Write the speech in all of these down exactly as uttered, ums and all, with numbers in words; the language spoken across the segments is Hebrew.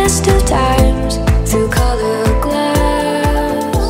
best of times through colored glass.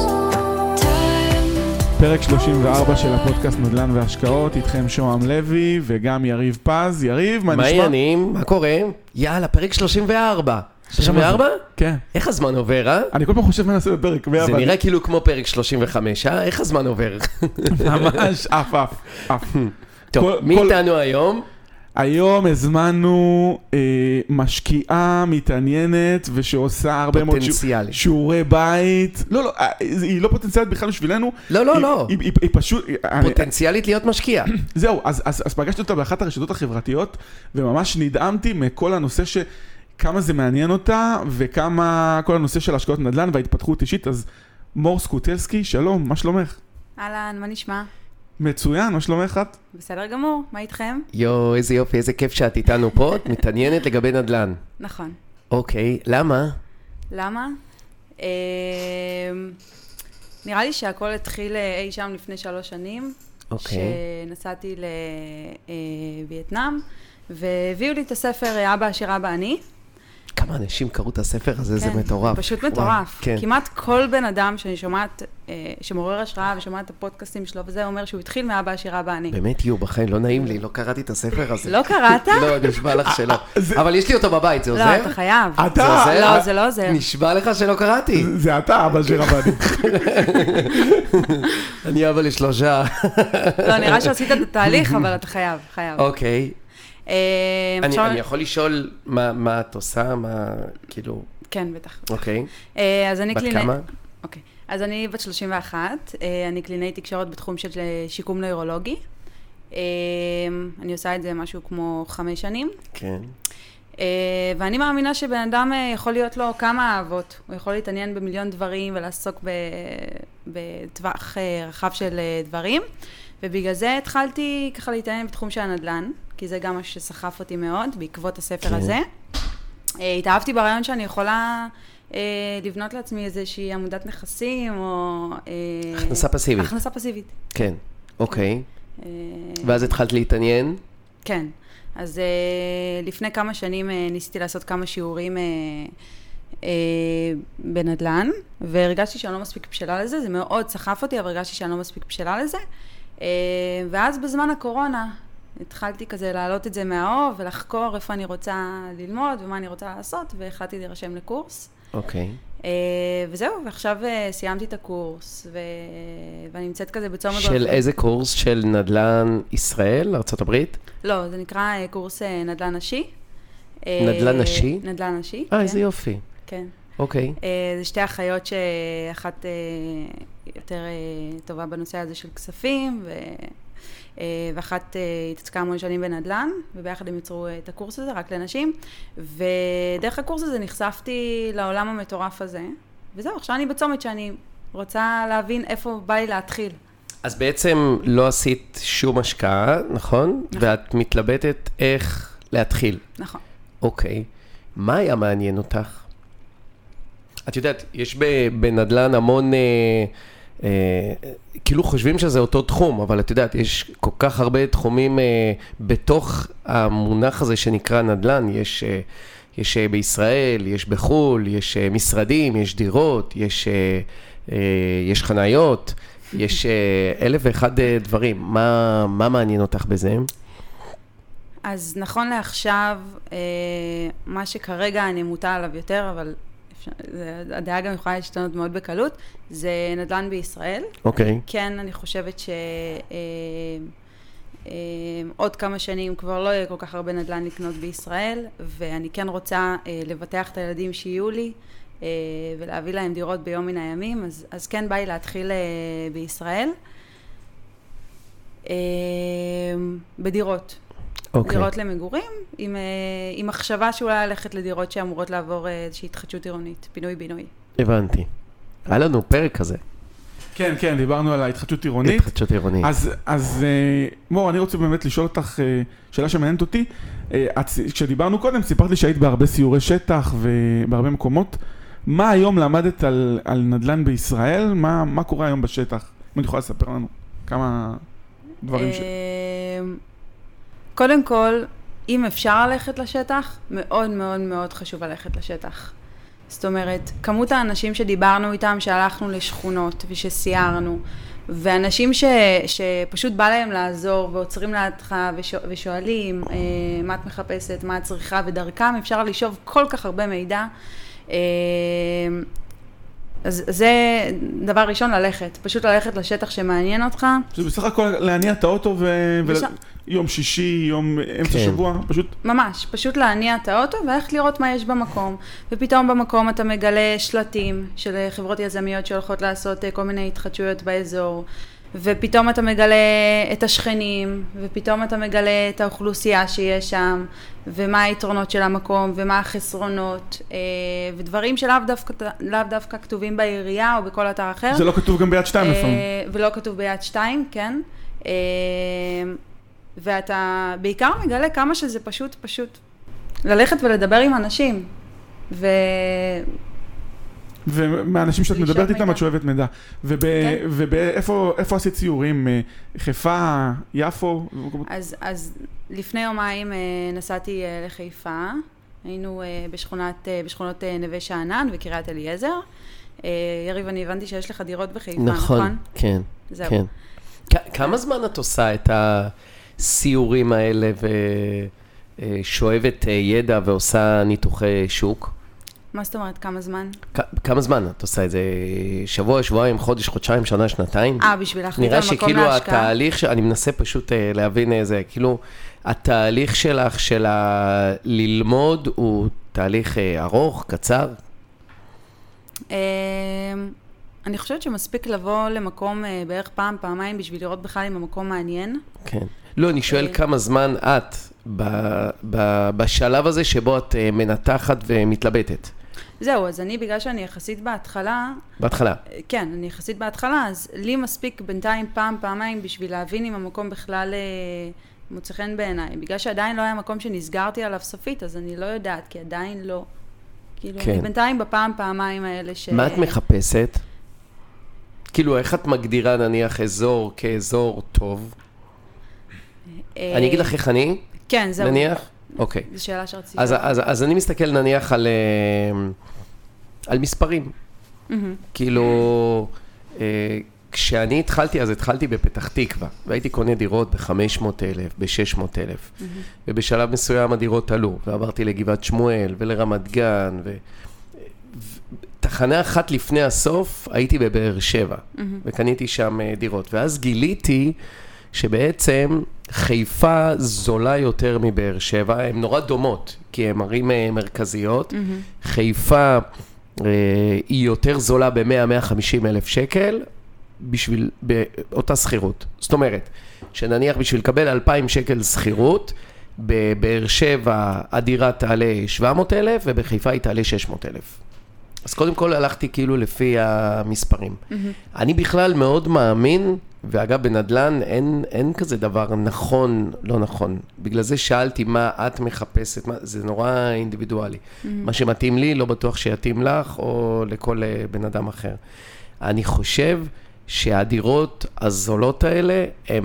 Time. פרק שלושים וארבע של הפודקאסט נדל"ן והשקעות, איתכם שוהם לוי וגם יריב פז. יריב, מה נשמע? מה העניינים? מה קורה? יאללה, פרק שלושים וארבע. שלושים וארבע? כן. איך הזמן עובר, אה? אני כל פעם חושב מה נעשה בפרק. זה נראה כאילו כמו פרק שלושים וחמש, אה? איך הזמן עובר? ממש, אף, אף, אף. טוב, מי איתנו היום? היום הזמנו אה, משקיעה מתעניינת ושעושה הרבה מאוד שיעורי בית. לא, לא, היא לא פוטנציאלית בכלל בשבילנו. לא, לא, היא, לא. היא, היא, היא פשוט... פוטנציאלית להיות משקיעה. זהו, אז, אז, אז פגשתי אותה באחת הרשתות החברתיות, וממש נדהמתי מכל הנושא ש... כמה זה מעניין אותה, וכמה כל הנושא של השקעות נדל"ן וההתפתחות אישית. אז מור סקוטלסקי, שלום, מה שלומך? אהלן, מה נשמע? מצוין, מה שלומך את? בסדר גמור, מה איתכם? יו, איזה יופי, איזה כיף שאת איתנו פה, את מתעניינת לגבי נדל"ן. נכון. אוקיי, למה? למה? אה, נראה לי שהכל התחיל אי שם לפני שלוש שנים, אוקיי. שנסעתי לווייטנאם, והביאו לי את הספר אבא עשיר אבא אני. כמה אנשים קראו את הספר הזה, כן, זה מטורף. פשוט מטורף. כן. כמעט כל בן אדם שאני שומעת, שמעורר השראה ושומעת את הפודקאסטים שלו, וזה אומר שהוא התחיל מאבא עשיר אבא אני. באמת, יו, בחיים, לא נעים לי, לא קראתי את הספר הזה. לא קראת? לא, נשבע לך שלא. אבל יש לי אותו בבית, זה עוזר? לא, אתה חייב. אתה? לא, זה לא עוזר. נשבע לך שלא קראתי. זה אתה, אבא של רבני. אני אבא לשלושה. לא, נראה שעשית את התהליך, אבל אתה חייב, חייב. אוקיי. אני יכול לשאול מה את עושה, מה, כאילו... כן, בטח. אוקיי. אז אני בת קלינאי... כמה? אוקיי. אז אני בת שלושים ואחת, אני קלינאי תקשורת בתחום של שיקום נוירולוגי. אני עושה את זה משהו כמו חמש שנים. כן. ואני מאמינה שבן אדם יכול להיות לו כמה אהבות. הוא יכול להתעניין במיליון דברים ולעסוק בטווח רחב של דברים. ובגלל זה התחלתי ככה להתעניין בתחום של הנדל"ן, כי זה גם מה שסחף אותי מאוד בעקבות הספר הזה. התאהבתי ברעיון שאני יכולה לבנות לעצמי איזושהי עמודת נכסים, או... הכנסה פסיבית. הכנסה פסיבית. כן, אוקיי. ואז התחלת להתעניין? כן. אז לפני כמה שנים ניסיתי לעשות כמה שיעורים בנדל"ן, והרגשתי שאני לא מספיק בשלה לזה, זה מאוד סחף אותי, אבל הרגשתי שאני לא מספיק בשלה לזה. ואז בזמן הקורונה התחלתי כזה להעלות את זה מהאוב ולחקור איפה אני רוצה ללמוד ומה אני רוצה לעשות, והחלטתי להירשם לקורס. אוקיי. וזהו, ועכשיו סיימתי את הקורס, ואני נמצאת כזה בצום הדרכים. של איזה קורס? של נדל"ן ישראל, ארצות הברית? לא, זה נקרא קורס נדל"ן נשי. נדל"ן נשי? נדל"ן נשי. אה, איזה יופי. כן. אוקיי. זה שתי אחיות שאחת יותר טובה בנושא הזה של כספים, ואחת התעסקה המון שנים בנדל"ן, וביחד הם יצרו את הקורס הזה, רק לנשים, ודרך הקורס הזה נחשפתי לעולם המטורף הזה, וזהו, עכשיו אני בצומת שאני רוצה להבין איפה בא לי להתחיל. אז בעצם לא עשית שום השקעה, נכון? נכון. ואת מתלבטת איך להתחיל. נכון. אוקיי. מה היה מעניין אותך? את יודעת, יש בנדל"ן המון, אה, אה, כאילו חושבים שזה אותו תחום, אבל את יודעת, יש כל כך הרבה תחומים אה, בתוך המונח הזה שנקרא נדל"ן. יש, אה, יש אה, בישראל, יש בחול, יש אה, משרדים, יש דירות, יש, אה, אה, יש חניות, יש אה, אלף ואחד אה, דברים. מה, מה מעניין אותך בזה? אז נכון לעכשיו, אה, מה שכרגע אני מוטה עליו יותר, אבל... הדעה גם יכולה להשתנות מאוד בקלות, זה נדל"ן בישראל. אוקיי. כן, אני חושבת שעוד כמה שנים כבר לא יהיה כל כך הרבה נדל"ן לקנות בישראל, ואני כן רוצה לבטח את הילדים שיהיו לי, ולהביא להם דירות ביום מן הימים, אז, אז כן בא לי להתחיל בישראל. בדירות. Okay. דירות למגורים, עם, עם מחשבה שאולי ללכת לדירות שאמורות לעבור איזושהי התחדשות עירונית, פינוי-בינוי. הבנתי. היה לנו פרק כזה. כן, כן, דיברנו על ההתחדשות עירונית. התחדשות עירונית. אז, אז מור, אני רוצה באמת לשאול אותך שאלה שמעניינת אותי. כשדיברנו קודם, סיפרת לי שהיית בהרבה סיורי שטח ובהרבה מקומות. מה היום למדת על, על נדל"ן בישראל? מה, מה קורה היום בשטח? אם את יכולה לספר לנו כמה דברים ש... קודם כל, אם אפשר ללכת לשטח, מאוד מאוד מאוד חשוב ללכת לשטח. זאת אומרת, כמות האנשים שדיברנו איתם, שהלכנו לשכונות ושסיירנו, ואנשים ש, שפשוט בא להם לעזור ועוצרים לידך ושואל, ושואלים אה, מה את מחפשת, מה את צריכה, ודרכם אפשר לשאוב כל כך הרבה מידע. אה, אז זה דבר ראשון, ללכת. פשוט ללכת לשטח שמעניין אותך. זה בסך הכל להניע את האוטו ו... בש... יום שישי, יום אמצע כן. שבוע, פשוט... ממש, פשוט להניע את האוטו וללכת לראות מה יש במקום. ופתאום במקום אתה מגלה שלטים של חברות יזמיות שהולכות לעשות כל מיני התחדשויות באזור. ופתאום אתה מגלה את השכנים, ופתאום אתה מגלה את האוכלוסייה שיש שם, ומה היתרונות של המקום, ומה החסרונות, ודברים שלאו דווקא, לאו דווקא כתובים בעירייה או בכל אתר אחר. זה לא כתוב גם ביד שתיים לפעמים. ולא כתוב ביד שתיים, כן. ואתה בעיקר מגלה כמה שזה פשוט, פשוט ללכת ולדבר עם אנשים. ו... ומהאנשים שאת מדברת איתם, את שואבת מידע. ובאיפה עשית ציורים? חיפה, יפו? אז, אז לפני יומיים נסעתי לחיפה, היינו בשכונת, בשכונות נווה שאנן וקריית אליעזר. יריב, אני הבנתי שיש לך דירות בחיפה, נכון? נכון, כן. זהו. כן. כמה זמן את עושה את הסיורים האלה ושואבת ידע ועושה ניתוחי שוק? מה זאת אומרת, כמה זמן? כמה זמן את עושה את זה? שבוע, שבועיים, חודש, חודשיים, שנה, שנתיים? אה, בשביל להחליט על מקום להשקעה? נראה שכאילו התהליך, אני מנסה פשוט להבין איזה, כאילו, התהליך שלך של ללמוד הוא תהליך ארוך, קצר? אני חושבת שמספיק לבוא למקום בערך פעם, פעמיים, בשביל לראות בכלל אם המקום מעניין. כן. לא, אני שואל כמה זמן את בשלב הזה שבו את מנתחת ומתלבטת. זהו, אז אני, בגלל שאני יחסית בהתחלה... בהתחלה. כן, אני יחסית בהתחלה, אז לי מספיק בינתיים פעם, פעמיים, בשביל להבין אם המקום בכלל מוצא חן בעיניי. בגלל שעדיין לא היה מקום שנסגרתי עליו סופית, אז אני לא יודעת, כי עדיין לא. כאילו, כן. אני בינתיים בפעם, פעמיים האלה ש... מה את מחפשת? כאילו, איך את מגדירה נניח אזור כאזור טוב? אני אגיד לך איך אני? כן, זהו. נניח? אוקיי. זו שאלה שרציתי. אז, אז, אז אני מסתכל נניח על, על מספרים. Mm-hmm. כאילו, כשאני התחלתי, אז התחלתי בפתח תקווה, והייתי קונה דירות ב-חמש מאות אלף, ב-שש מאות אלף, mm-hmm. ובשלב מסוים הדירות עלו, ועברתי לגבעת שמואל ולרמת גן, ו... תחנה אחת לפני הסוף הייתי בבאר שבע, mm-hmm. וקניתי שם דירות, ואז גיליתי שבעצם חיפה זולה יותר מבאר שבע, הן נורא דומות, כי הן ערים מרכזיות. Mm-hmm. חיפה אה, היא יותר זולה ב-מאה עד מאה וחמישים אלף שקל, בשביל, באותה שכירות. זאת אומרת, שנניח בשביל לקבל אלפיים שקל שכירות, בבאר שבע הדירה תעלה שבע מאות אלף, ובחיפה היא תעלה שש מאות אלף. אז קודם כל הלכתי כאילו לפי המספרים. Mm-hmm. אני בכלל מאוד מאמין, ואגב בנדל"ן אין, אין כזה דבר נכון, לא נכון. בגלל זה שאלתי מה את מחפשת, מה, זה נורא אינדיבידואלי. Mm-hmm. מה שמתאים לי לא בטוח שיתאים לך או לכל בן אדם אחר. אני חושב שהדירות הזולות האלה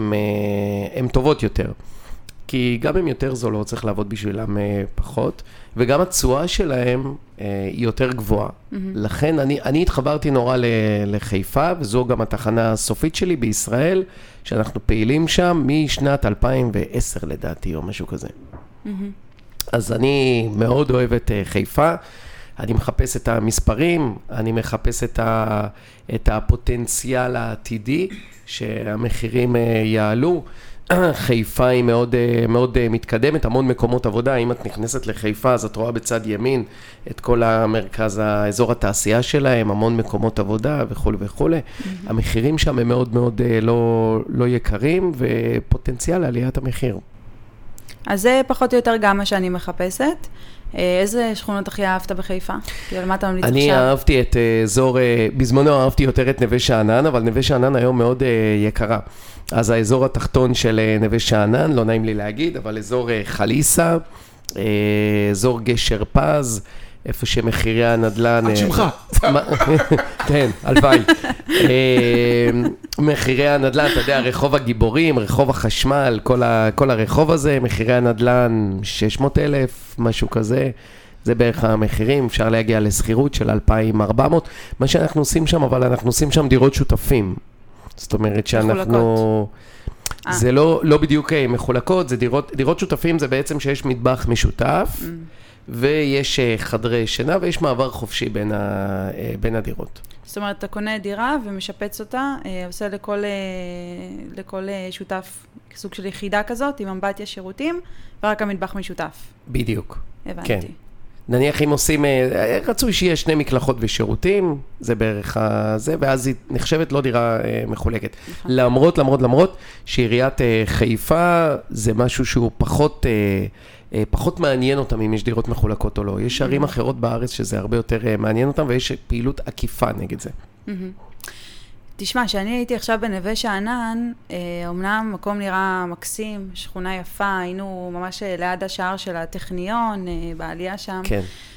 הן טובות יותר. כי גם הן יותר זולות, צריך לעבוד בשבילם פחות, וגם התשואה שלהם היא יותר גבוהה. Mm-hmm. לכן אני, אני התחברתי נורא לחיפה, וזו גם התחנה הסופית שלי בישראל, שאנחנו פעילים שם משנת אלפיים ועשר לדעתי, או משהו כזה. Mm-hmm. אז אני מאוד אוהב את חיפה, אני מחפש את המספרים, אני מחפש את, ה, את הפוטנציאל העתידי, שהמחירים יעלו. חיפה היא מאוד, מאוד מתקדמת, המון מקומות עבודה. אם את נכנסת לחיפה, אז את רואה בצד ימין את כל המרכז, האזור התעשייה שלהם, המון מקומות עבודה וכו' וכו'. Mm-hmm. המחירים שם הם מאוד מאוד לא, לא יקרים, ופוטנציאל עליית המחיר. אז זה פחות או יותר גם מה שאני מחפשת. איזה שכונות הכי אהבת בחיפה? כאילו, מה אתה ממליץ עכשיו? אני אהבתי את אזור, בזמנו אהבתי יותר את נווה שאנן, אבל נווה שאנן היום מאוד יקרה. אז האזור התחתון של נווה שאנן, לא נעים לי להגיד, אבל אזור חליסה, אזור גשר פז, איפה שמחירי הנדל"ן... עד שמך. כן, הלוואי. מחירי הנדל"ן, אתה יודע, רחוב הגיבורים, רחוב החשמל, כל הרחוב הזה, מחירי הנדל"ן שש מאות אלף, משהו כזה. זה בערך המחירים, אפשר להגיע לסחירות של אלפיים וארבע מאות, מה שאנחנו עושים שם, אבל אנחנו עושים שם דירות שותפים. זאת אומרת שאנחנו... זה לא, לא בדיוק מחולקות, זה דירות, דירות שותפים זה בעצם שיש מטבח משותף, mm. ויש חדרי שינה, ויש מעבר חופשי בין, ה, בין הדירות. זאת אומרת, אתה קונה דירה ומשפץ אותה, עושה לכל, לכל שותף סוג של יחידה כזאת, עם אמבטיה שירותים, ורק המטבח משותף. בדיוק. הבנתי. כן. נניח אם עושים, רצוי שיהיה שני מקלחות ושירותים, זה בערך זה, ואז היא נחשבת לא דירה מחולקת. למרות, למרות, למרות, שעיריית חיפה זה משהו שהוא פחות, פחות מעניין אותם אם יש דירות מחולקות או לא. יש ערים אחרות בארץ שזה הרבה יותר מעניין אותם, ויש פעילות עקיפה נגד זה. תשמע, שאני הייתי עכשיו בנווה שאנן, אמנם מקום נראה מקסים, שכונה יפה, היינו ממש ליד השער של הטכניון, בעלייה שם. כן.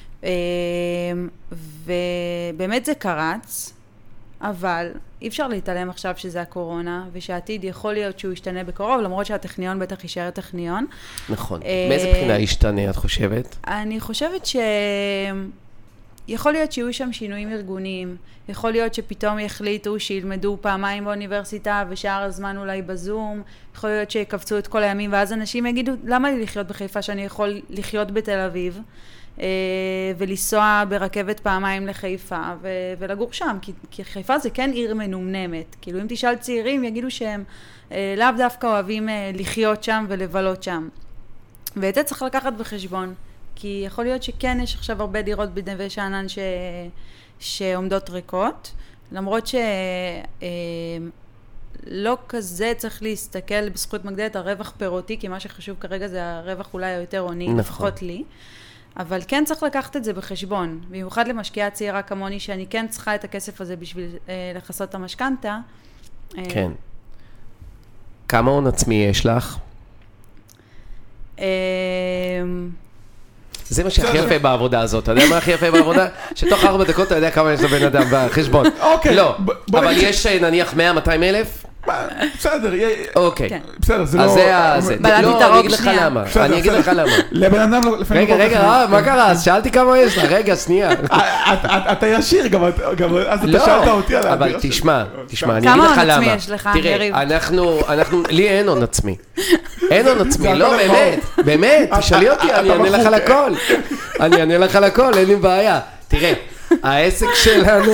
ובאמת זה קרץ, אבל אי אפשר להתעלם עכשיו שזה הקורונה, ושהעתיד יכול להיות שהוא ישתנה בקרוב, למרות שהטכניון בטח יישאר טכניון. נכון. מאיזה בחינה ישתנה, את חושבת? אני חושבת ש... יכול להיות שיהיו שם שינויים ארגוניים, יכול להיות שפתאום יחליטו שילמדו פעמיים באוניברסיטה ושאר הזמן אולי בזום, יכול להיות שיקבצו את כל הימים ואז אנשים יגידו, למה לי לחיות בחיפה שאני יכול לחיות בתל אביב ולנסוע ברכבת פעמיים לחיפה ולגור שם, כי, כי חיפה זה כן עיר מנומנמת, כאילו אם תשאל צעירים יגידו שהם לאו דווקא אוהבים לחיות שם ולבלות שם, ואת זה צריך לקחת בחשבון. כי יכול להיות שכן יש עכשיו הרבה דירות בנווה שאנן ש... שעומדות ריקות, למרות שלא כזה צריך להסתכל בזכות מגדלת הרווח פירותי, כי מה שחשוב כרגע זה הרווח אולי היותר עוני, נכון. לפחות לי. אבל כן צריך לקחת את זה בחשבון, במיוחד למשקיעה צעירה כמוני, שאני כן צריכה את הכסף הזה בשביל אה, לחסות את המשכנתה. כן. אה... כמה הון עצמי יש לך? אה... זה מה שהכי יפה בעבודה הזאת, אתה יודע מה הכי יפה בעבודה? שתוך ארבע דקות אתה יודע כמה יש לבן אדם בחשבון. אוקיי. לא, אבל יש נניח מאה מאתיים אלף? בסדר, אוקיי. בסדר, זה לא... אז זה... לא, אני אגיד לך למה. אני אגיד לך למה. לבן אדם לא... רגע, רגע, מה קרה? אז שאלתי כמה יש לך, רגע, שנייה. אתה ישיר, גם אז אתה שאלת אותי על אבל תשמע, תשמע, אני אגיד לך למה. כמה הון עצמי יש לך, יריב? תראה, אנחנו, אנחנו, לי אין הון עצמי. אין הון עצמי, לא, באמת, באמת, תשאלי אותי, אני אענה לך על הכל. אני אענה לך על הכל, אין לי בעיה. תראה, העסק שלנו,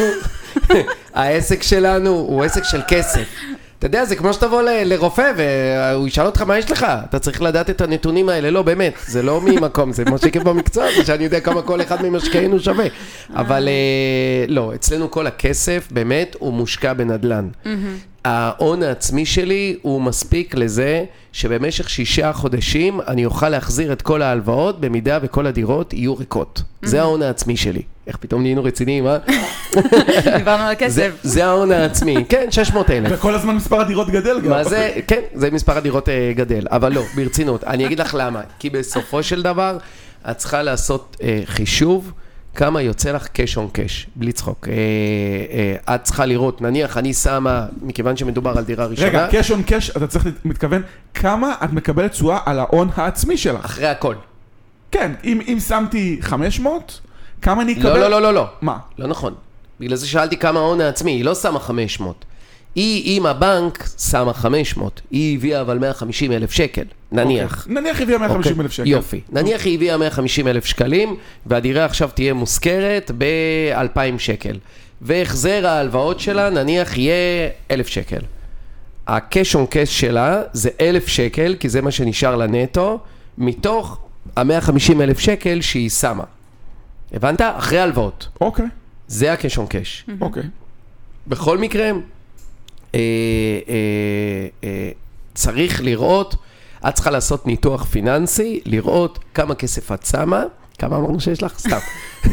העסק שלנו הוא עסק של כסף. אתה יודע, זה כמו שתבוא לרופא והוא ישאל אותך מה יש לך, אתה צריך לדעת את הנתונים האלה, לא באמת, זה לא ממקום, זה משקף במקצוע, זה שאני יודע כמה כל אחד ממשקיענו שווה, אבל לא, אצלנו כל הכסף באמת הוא מושקע בנדלן. ההון העצמי שלי הוא מספיק לזה שבמשך שישה חודשים אני אוכל להחזיר את כל ההלוואות במידה וכל הדירות יהיו ריקות. זה ההון העצמי שלי. איך פתאום נהיינו רציניים, אה? דיברנו על הכסף. זה ההון העצמי, כן, שש מאות אלף. וכל הזמן מספר הדירות גדל גם. מה זה? כן, זה מספר הדירות גדל, אבל לא, ברצינות. אני אגיד לך למה, כי בסופו של דבר את צריכה לעשות חישוב כמה יוצא לך קש און קש, בלי צחוק. את צריכה לראות, נניח אני שמה, מכיוון שמדובר על דירה ראשונה. רגע, קש און קש, אתה צריך מתכוון, כמה את מקבלת תשואה על ההון העצמי שלך? אחרי הכל. כן, אם שמתי חמש מאות, כמה אני אקבל? לא, לא, לא, לא, לא. מה? לא נכון. בגלל זה שאלתי כמה ההון העצמי, היא לא שמה חמש מאות. היא, אם הבנק שמה חמש מאות, היא הביאה אבל מאה וחמישים אלף שקל, נניח. נניח היא הביאה מאה וחמישים אלף שקל. יופי. נניח היא הביאה מאה וחמישים אלף שקלים, והדירה עכשיו תהיה מושכרת ב-אלפיים שקל. והחזר ההלוואות שלה, נניח יהיה אלף שקל. הקש און קש שלה זה אלף שקל, כי זה מה שנשאר לנטו, מתוך ה-מאה וחמישים אלף שקל שהיא שמה. הבנת? אחרי הלוואות. אוקיי. זה הקש און קש. אוקיי. בכל מקרה, אה, אה, אה, צריך לראות, את צריכה לעשות ניתוח פיננסי, לראות כמה כסף את שמה, כמה אמרנו שיש לך? סתם.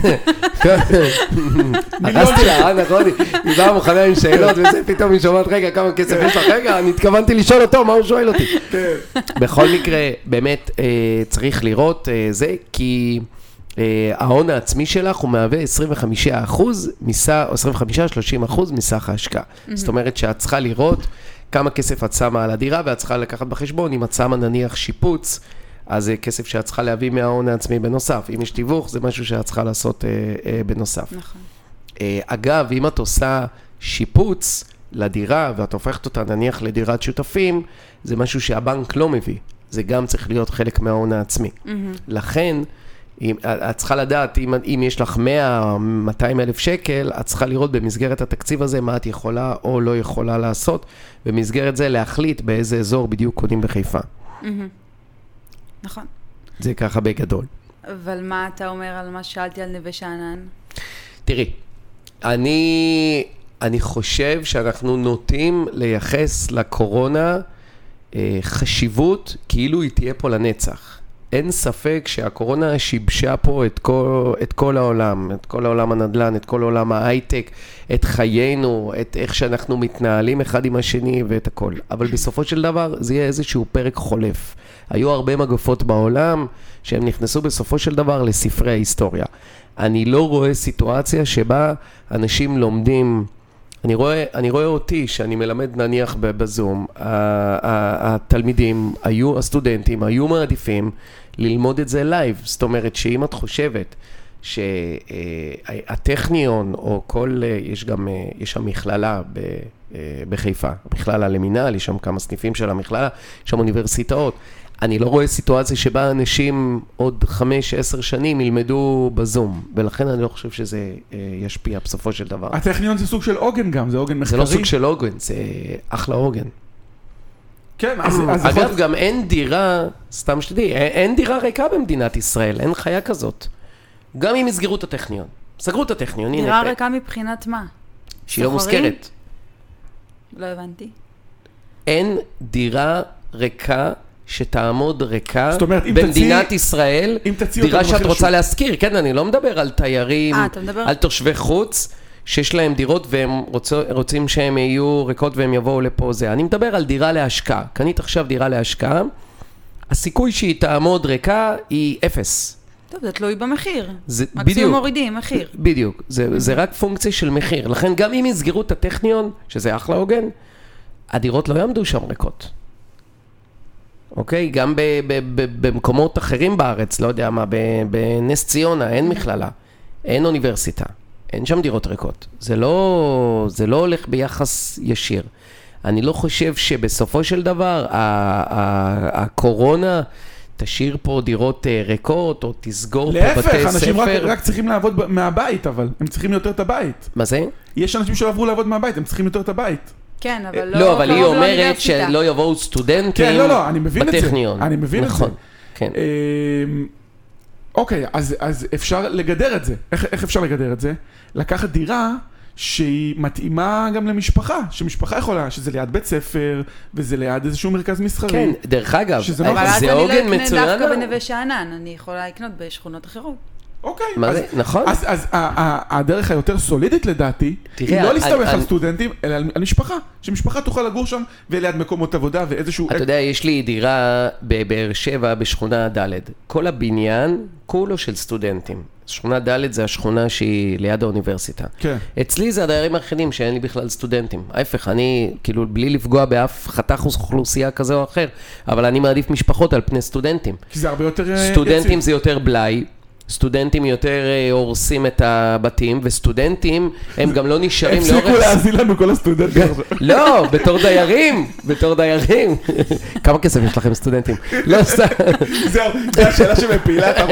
הרסתי לה, נכון? היא באה מוכנה עם שאלות וזה, פתאום היא שומעת, רגע, כמה כסף יש לך? רגע, אני התכוונתי לשאול אותו, מה הוא שואל אותי? בכל מקרה, באמת צריך לראות זה, כי ההון העצמי שלך הוא מהווה עשרים וחמישה אחוז, עשרים וחמישה עד שלושים אחוז מסך ההשקעה. זאת אומרת שאת צריכה לראות כמה כסף את שמה על הדירה, ואת צריכה לקחת בחשבון, אם את שמה נניח שיפוץ, אז זה כסף שאת צריכה להביא מההון העצמי בנוסף. אם יש תיווך, זה משהו שאת צריכה לעשות אה, אה, בנוסף. נכון. אה, אגב, אם את עושה שיפוץ לדירה, ואת הופכת אותה נניח לדירת שותפים, זה משהו שהבנק לא מביא. זה גם צריך להיות חלק מההון העצמי. Mm-hmm. לכן, אם, את צריכה לדעת, אם, אם יש לך מאה, מאתיים אלף שקל, את צריכה לראות במסגרת התקציב הזה, מה את יכולה או לא יכולה לעשות, במסגרת זה להחליט באיזה אזור בדיוק קונים בחיפה. Mm-hmm. נכון. זה ככה בגדול. אבל מה אתה אומר על מה שאלתי על נווה שאנן? תראי, אני, אני חושב שאנחנו נוטים לייחס לקורונה אה, חשיבות כאילו היא תהיה פה לנצח. אין ספק שהקורונה שיבשה פה את כל, את כל העולם, את כל העולם הנדל"ן, את כל העולם ההייטק, את חיינו, את איך שאנחנו מתנהלים אחד עם השני ואת הכל. אבל בסופו של דבר זה יהיה איזשהו פרק חולף. היו הרבה מגפות בעולם שהם נכנסו בסופו של דבר לספרי ההיסטוריה. אני לא רואה סיטואציה שבה אנשים לומדים, אני רואה, אני רואה אותי שאני מלמד נניח בזום, התלמידים היו, הסטודנטים היו מעדיפים ללמוד את זה לייב. זאת אומרת שאם את חושבת שהטכניון או כל, יש גם, יש שם מכללה בחיפה, מכללה למינהל, יש שם כמה סניפים של המכללה, יש שם אוניברסיטאות. אני לא רואה סיטואציה שבה אנשים עוד חמש, עשר שנים ילמדו בזום, ולכן אני לא חושב שזה ישפיע בסופו של דבר. הטכניון זה סוג של עוגן גם, זה עוגן מחקרי. זה לא סוג של עוגן, זה אחלה עוגן. כן, אז... אז אגב, יכול... גם אין דירה, סתם שתדעי, אין דירה ריקה במדינת ישראל, אין חיה כזאת. גם אם יסגרו את הטכניון. סגרו את הטכניון, הנה. דירה ריקה מבחינת מה? שהיא לא מוזכרת. לא הבנתי. אין דירה ריקה שתעמוד ריקה אומרת, במדינת תציא, ישראל, דירה שאת רוצה שוב. להזכיר. כן, אני לא מדבר על תיירים, 아, מדבר... על תושבי חוץ, שיש להם דירות והם רוצ... רוצים שהם יהיו ריקות והם יבואו לפה זה. אני מדבר על דירה להשקעה. קנית עכשיו דירה להשקעה, הסיכוי שהיא תעמוד ריקה היא אפס. טוב, זה תלוי במחיר. זה, מקסימום בדיוק. מורידים, מחיר. בדיוק. זה, זה רק פונקציה של מחיר. לכן גם אם יסגרו את הטכניון, שזה אחלה הוגן, הדירות לא יעמדו שם ריקות. אוקיי? גם ב- ב- ב- במקומות אחרים בארץ, לא יודע מה, בנס ציונה, אין מכללה, אין אוניברסיטה, אין שם דירות ריקות. זה לא, זה לא הולך ביחס ישיר. אני לא חושב שבסופו של דבר, ה- ה- הקורונה תשאיר פה דירות ריקות, או תסגור פה בתי ספר. להפך, אנשים רק, רק צריכים לעבוד מהבית, אבל הם צריכים יותר את הבית. מה זה? יש אנשים שעברו לעבוד מהבית, הם צריכים יותר את הבית. כן, אבל לא... לא, אבל היא אומרת שלא יבואו סטודנטים כן, לא, לא, אני מבין בטכניון. את זה. אני מבין נכון, את זה. כן. אוקיי, אז, אז אפשר לגדר את זה. איך, איך אפשר לגדר את זה? לקחת דירה שהיא מתאימה גם למשפחה, שמשפחה יכולה, שזה ליד בית ספר, וזה ליד איזשהו מרכז מסחרי. כן, דרך אגב, שזה אבל אז אני לא עוגן אקנה מצוין. דווקא בנווה שאנן, אני יכולה לקנות בשכונות אחרות. אוקיי. מה אז, זה? נכון. אז, אז ה- ה- הדרך היותר סולידית לדעתי, היא לא להסתמך על סטודנטים, אלא על על משפחה. שמשפחה תוכל לגור שם, וליד מקומות עבודה ואיזשהו... אתה יודע, יש לי דירה בבאר שבע בשכונה ד'. כל הבניין, כולו של סטודנטים. שכונה ד' זה השכונה שהיא ליד האוניברסיטה. כן. אצלי זה הדיירים האחרים שאין לי בכלל סטודנטים. ההפך, אני, כאילו, בלי לפגוע באף חתך אוכלוסייה כזה או אחר, אבל אני מעדיף משפחות על פני סטודנטים. כי זה הרבה יותר... סטודנטים זה יותר בלאי. סטודנטים יותר הורסים את הבתים, וסטודנטים הם גם לא נשארים לאורך... הפסיקו להזיל לנו כל הסטודנטים. לא, בתור דיירים, בתור דיירים. כמה כסף יש לכם סטודנטים? לא, סתם. זהו, זו השאלה שמפילה את הרוב.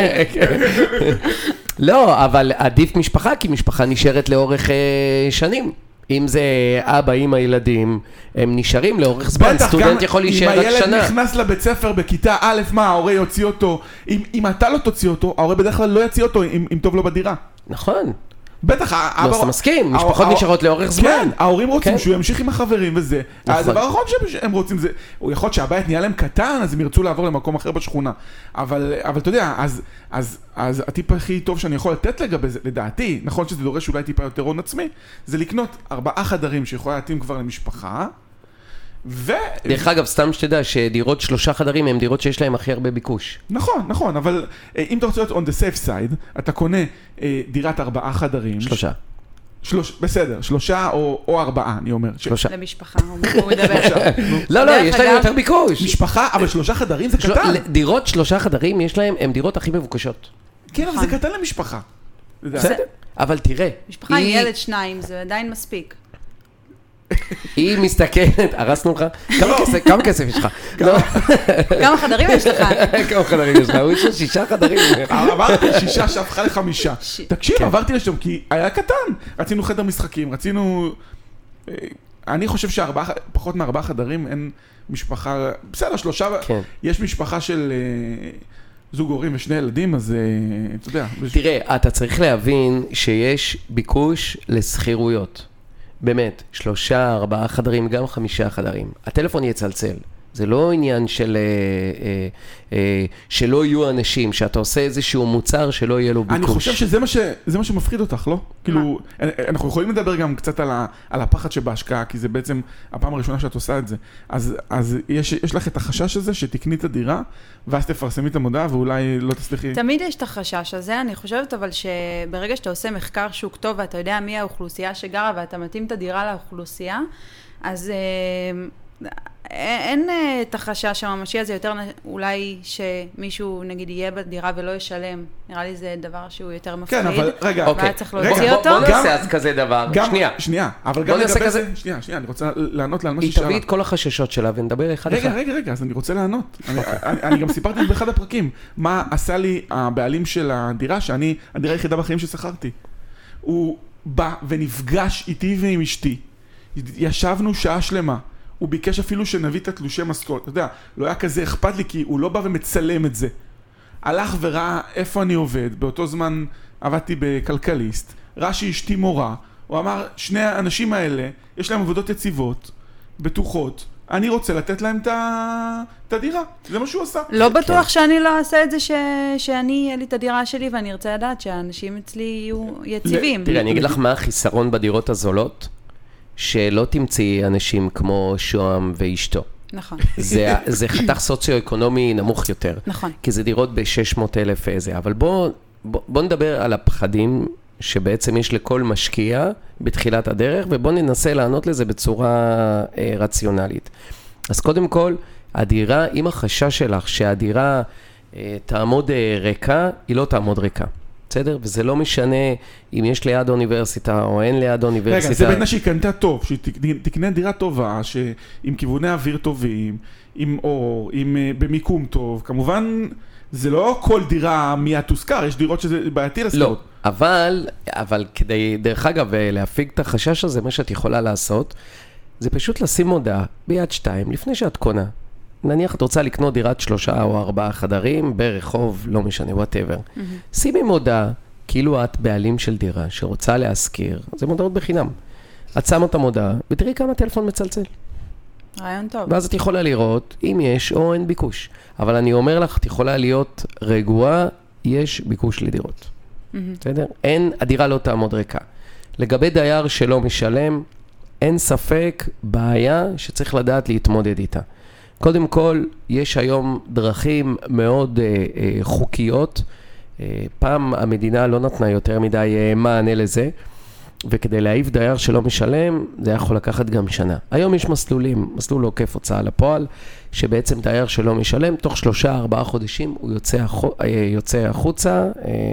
לא, אבל עדיף משפחה, כי משפחה נשארת לאורך שנים. אם זה אבא, אמא, ילדים, הם נשארים לאורך זמן, סטודנט יכול להישאר רק שנה. אם הילד נכנס לבית ספר בכיתה א', מה, ההורה יוציא אותו, אם, אם אתה לא תוציא אותו, ההורה בדרך כלל לא יוציא אותו אם, אם טוב לו בדירה. נכון. בטח, לא, אתה מסכים, משפחות נשארות לאורך זמן. כן, ההורים רוצים שהוא ימשיך עם החברים וזה. הדבר האחרון שהם רוצים זה, הוא יכול שהבית נהיה להם קטן, אז הם ירצו לעבור למקום אחר בשכונה. אבל, אבל אתה יודע, אז, אז, אז הטיפ הכי טוב שאני יכול לתת לגבי זה, לדעתי, נכון שזה דורש אולי טיפה יותר הון עצמי, זה לקנות ארבעה חדרים שיכולה להתאים כבר למשפחה, ו... דרך אגב, סתם שתדע שדירות שלושה חדרים הם דירות שיש להם הכי הרבה ביקוש. נכון, נכון, אבל אם אתה רוצה להיות on the safe side, אתה קונה דירת ארבעה חדרים. שלושה. שלוש, בסדר, שלושה או, או ארבעה, אני אומר. שלושה. למשפחה, הוא מדבר. לא, לא, דרך יש להם אגב, יותר ביקוש. משפחה, אבל שלושה חדרים זה של- קטן. דירות שלושה חדרים יש להם, הם דירות הכי מבוקשות. כן, אבל זה קטן למשפחה. אתה יודע. בסדר. אבל תראה, משפחה עם היא- ילד שניים, זה עדיין מספיק. היא מסתכלת, הרסנו לך? כמה כסף- כמה כסף יש לך? לא, כמה חדרים יש לך? כמה חדרים יש לך? הוא יש לו שישה חדרים. עברתי שישה, שהפכה לחמישה. ש- תקשיב, כן. עברתי לשם, כי היה קטן. רצינו חדר משחקים, רצינו... אה, אני חושב שארבעה, פחות מארבעה חדרים אין משפחה... בסדר, שלושה... כן. יש משפחה של אה, זוג הורים ושני ילדים, אז אה, אתה יודע... תראה, אתה צריך להבין שיש ביקוש לסחירויות. באמת, שלושה, ארבעה חדרים, גם חמישה חדרים. הטלפון יצלצל. זה לא עניין של, אה, אה, אה, שלא יהיו אנשים, שאתה עושה איזשהו מוצר שלא יהיה לו ביקוש. אני חושב שזה מה, ש... זה מה שמפחיד אותך, לא? כאילו, אנחנו יכולים לדבר גם קצת על, ה... על הפחד שבהשקעה, כי זה בעצם הפעם הראשונה שאת עושה את זה. אז, אז יש, יש לך את החשש הזה שתקני את הדירה, ואז תפרסמי את המודעה, ואולי לא תצליחי... תמיד יש את החשש הזה, אני חושבת אבל שברגע שאתה עושה מחקר שוק טוב, ואתה יודע מי האוכלוסייה שגרה, ואתה מתאים את הדירה לאוכלוסייה, אז אה, אין אה, את החשש הממשי הזה, יותר נ- אולי שמישהו נגיד יהיה בדירה ולא ישלם. נראה לי זה דבר שהוא יותר מפחיד. כן, אבל רגע, אוקיי. והיה צריך רגע, להוציא בוא- אותו. בוא נעשה גם- אז כזה דבר. גם, שנייה. שנייה, אבל בוא גם נעשה לגבי כזה- זה... שנייה, שנייה, אני רוצה לענות לה על מה היא ששאלה. תביא את כל החששות שלה ונדבר אחד אחד. רגע, רגע, רגע, אז אני רוצה לענות. אני, אני, אני גם סיפרתי את זה באחד הפרקים. מה עשה לי הבעלים של הדירה, שאני, הדירה היחידה בחיים ששכרתי. הוא בא ונפגש איתי ועם אשתי. ישבנו שעה שלמה. הוא ביקש אפילו שנביא את התלושי משכורת. אתה יודע, לא היה כזה אכפת לי, כי הוא לא בא ומצלם את זה. הלך וראה איפה אני עובד. באותו זמן עבדתי בכלכליסט. ראה שאשתי מורה. הוא אמר, שני האנשים האלה, יש להם עבודות יציבות, בטוחות. אני רוצה לתת להם את ה- את הדירה. זה מה שהוא עשה. לא בטוח שאני לא אעשה את זה ש... שאני, יהיה לי את הדירה שלי, ואני ארצה לדעת שהאנשים אצלי יהיו יציבים. תראה, אני אגיד לך מה החיסרון בדירות הזולות, שלא תמצאי אנשים כמו שוהם ואשתו. נכון, זה, זה חתך סוציו-אקונומי נמוך יותר. נכון. כי זה דירות ב-שש מאות אלף איזה. אבל בוא, בוא, בוא נדבר על הפחדים שבעצם יש לכל משקיע בתחילת הדרך, ובוא ננסה לענות לזה בצורה אה, רציונלית. אז קודם כל, הדירה, עם החשש שלך שהדירה אה, תעמוד אה, ריקה, היא לא תעמוד ריקה. בסדר? וזה לא משנה אם יש ליד אוניברסיטה או אין ליד אוניברסיטה. רגע, זה בעצם שהיא קנתה טוב, שהיא תקנה דירה טובה, עם כיווני אוויר טובים, עם אור, עם uh, במיקום טוב. כמובן, זה לא כל דירה מיד תוזכר, יש דירות שזה בעייתי לא, לסקרות. אבל, אבל כדי, דרך אגב, להפיג את החשש הזה, מה שאת יכולה לעשות, זה פשוט לשים מודעה ביד שתיים, לפני שאת קונה. נניח את רוצה לקנות דירת שלושה או ארבעה חדרים, ברחוב, לא משנה, whatever. Mm-hmm. שימי מודעה, כאילו את בעלים של דירה שרוצה להשכיר, זה מודעות בחינם. את שמה את המודעה, ותראי כמה טלפון מצלצל. רעיון טוב. ואז את יכולה לראות אם יש או אין ביקוש. אבל אני אומר לך, את יכולה להיות רגועה, יש ביקוש לדירות. Mm-hmm. בסדר? אין, הדירה לא תעמוד ריקה. לגבי דייר שלא משלם, אין ספק בעיה שצריך לדעת להתמודד איתה. קודם כל, יש היום דרכים מאוד אה, אה, חוקיות. אה, פעם המדינה לא נתנה יותר מדי אה, מענה לזה, וכדי להעיף דייר שלא משלם, זה יכול לקחת גם שנה. היום יש מסלולים, מסלול עוקף הוצאה לפועל, שבעצם דייר שלא משלם, תוך שלושה, ארבעה חודשים הוא יוצא, החו, אה, יוצא החוצה אה,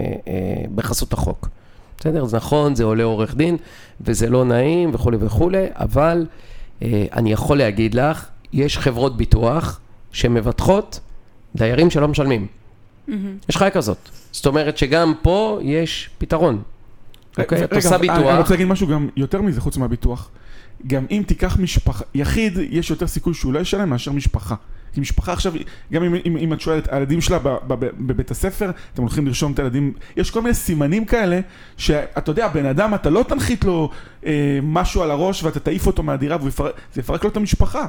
אה, בחסות החוק. בסדר? זה נכון, זה עולה עורך דין, וזה לא נעים וכו' וכו', אבל אה, אני יכול להגיד לך, יש חברות ביטוח שמבטחות דיירים שלא משלמים. Mm-hmm. יש חיה כזאת. זאת אומרת שגם פה יש פתרון. אוקיי? את עושה ביטוח. אני רוצה להגיד משהו גם יותר מזה, חוץ מהביטוח. גם אם תיקח משפחה, יחיד, יש יותר סיכוי שהוא לא ישלם מאשר משפחה. כי משפחה עכשיו, גם אם, אם, אם את שואלת, הילדים שלה בבית הספר, אתם הולכים לרשום את הילדים, יש כל מיני סימנים כאלה, שאתה יודע, בן אדם, אתה לא תנחית לו אה, משהו על הראש, ואתה תעיף אותו מהדירה, וזה יפרק לו את המשפחה.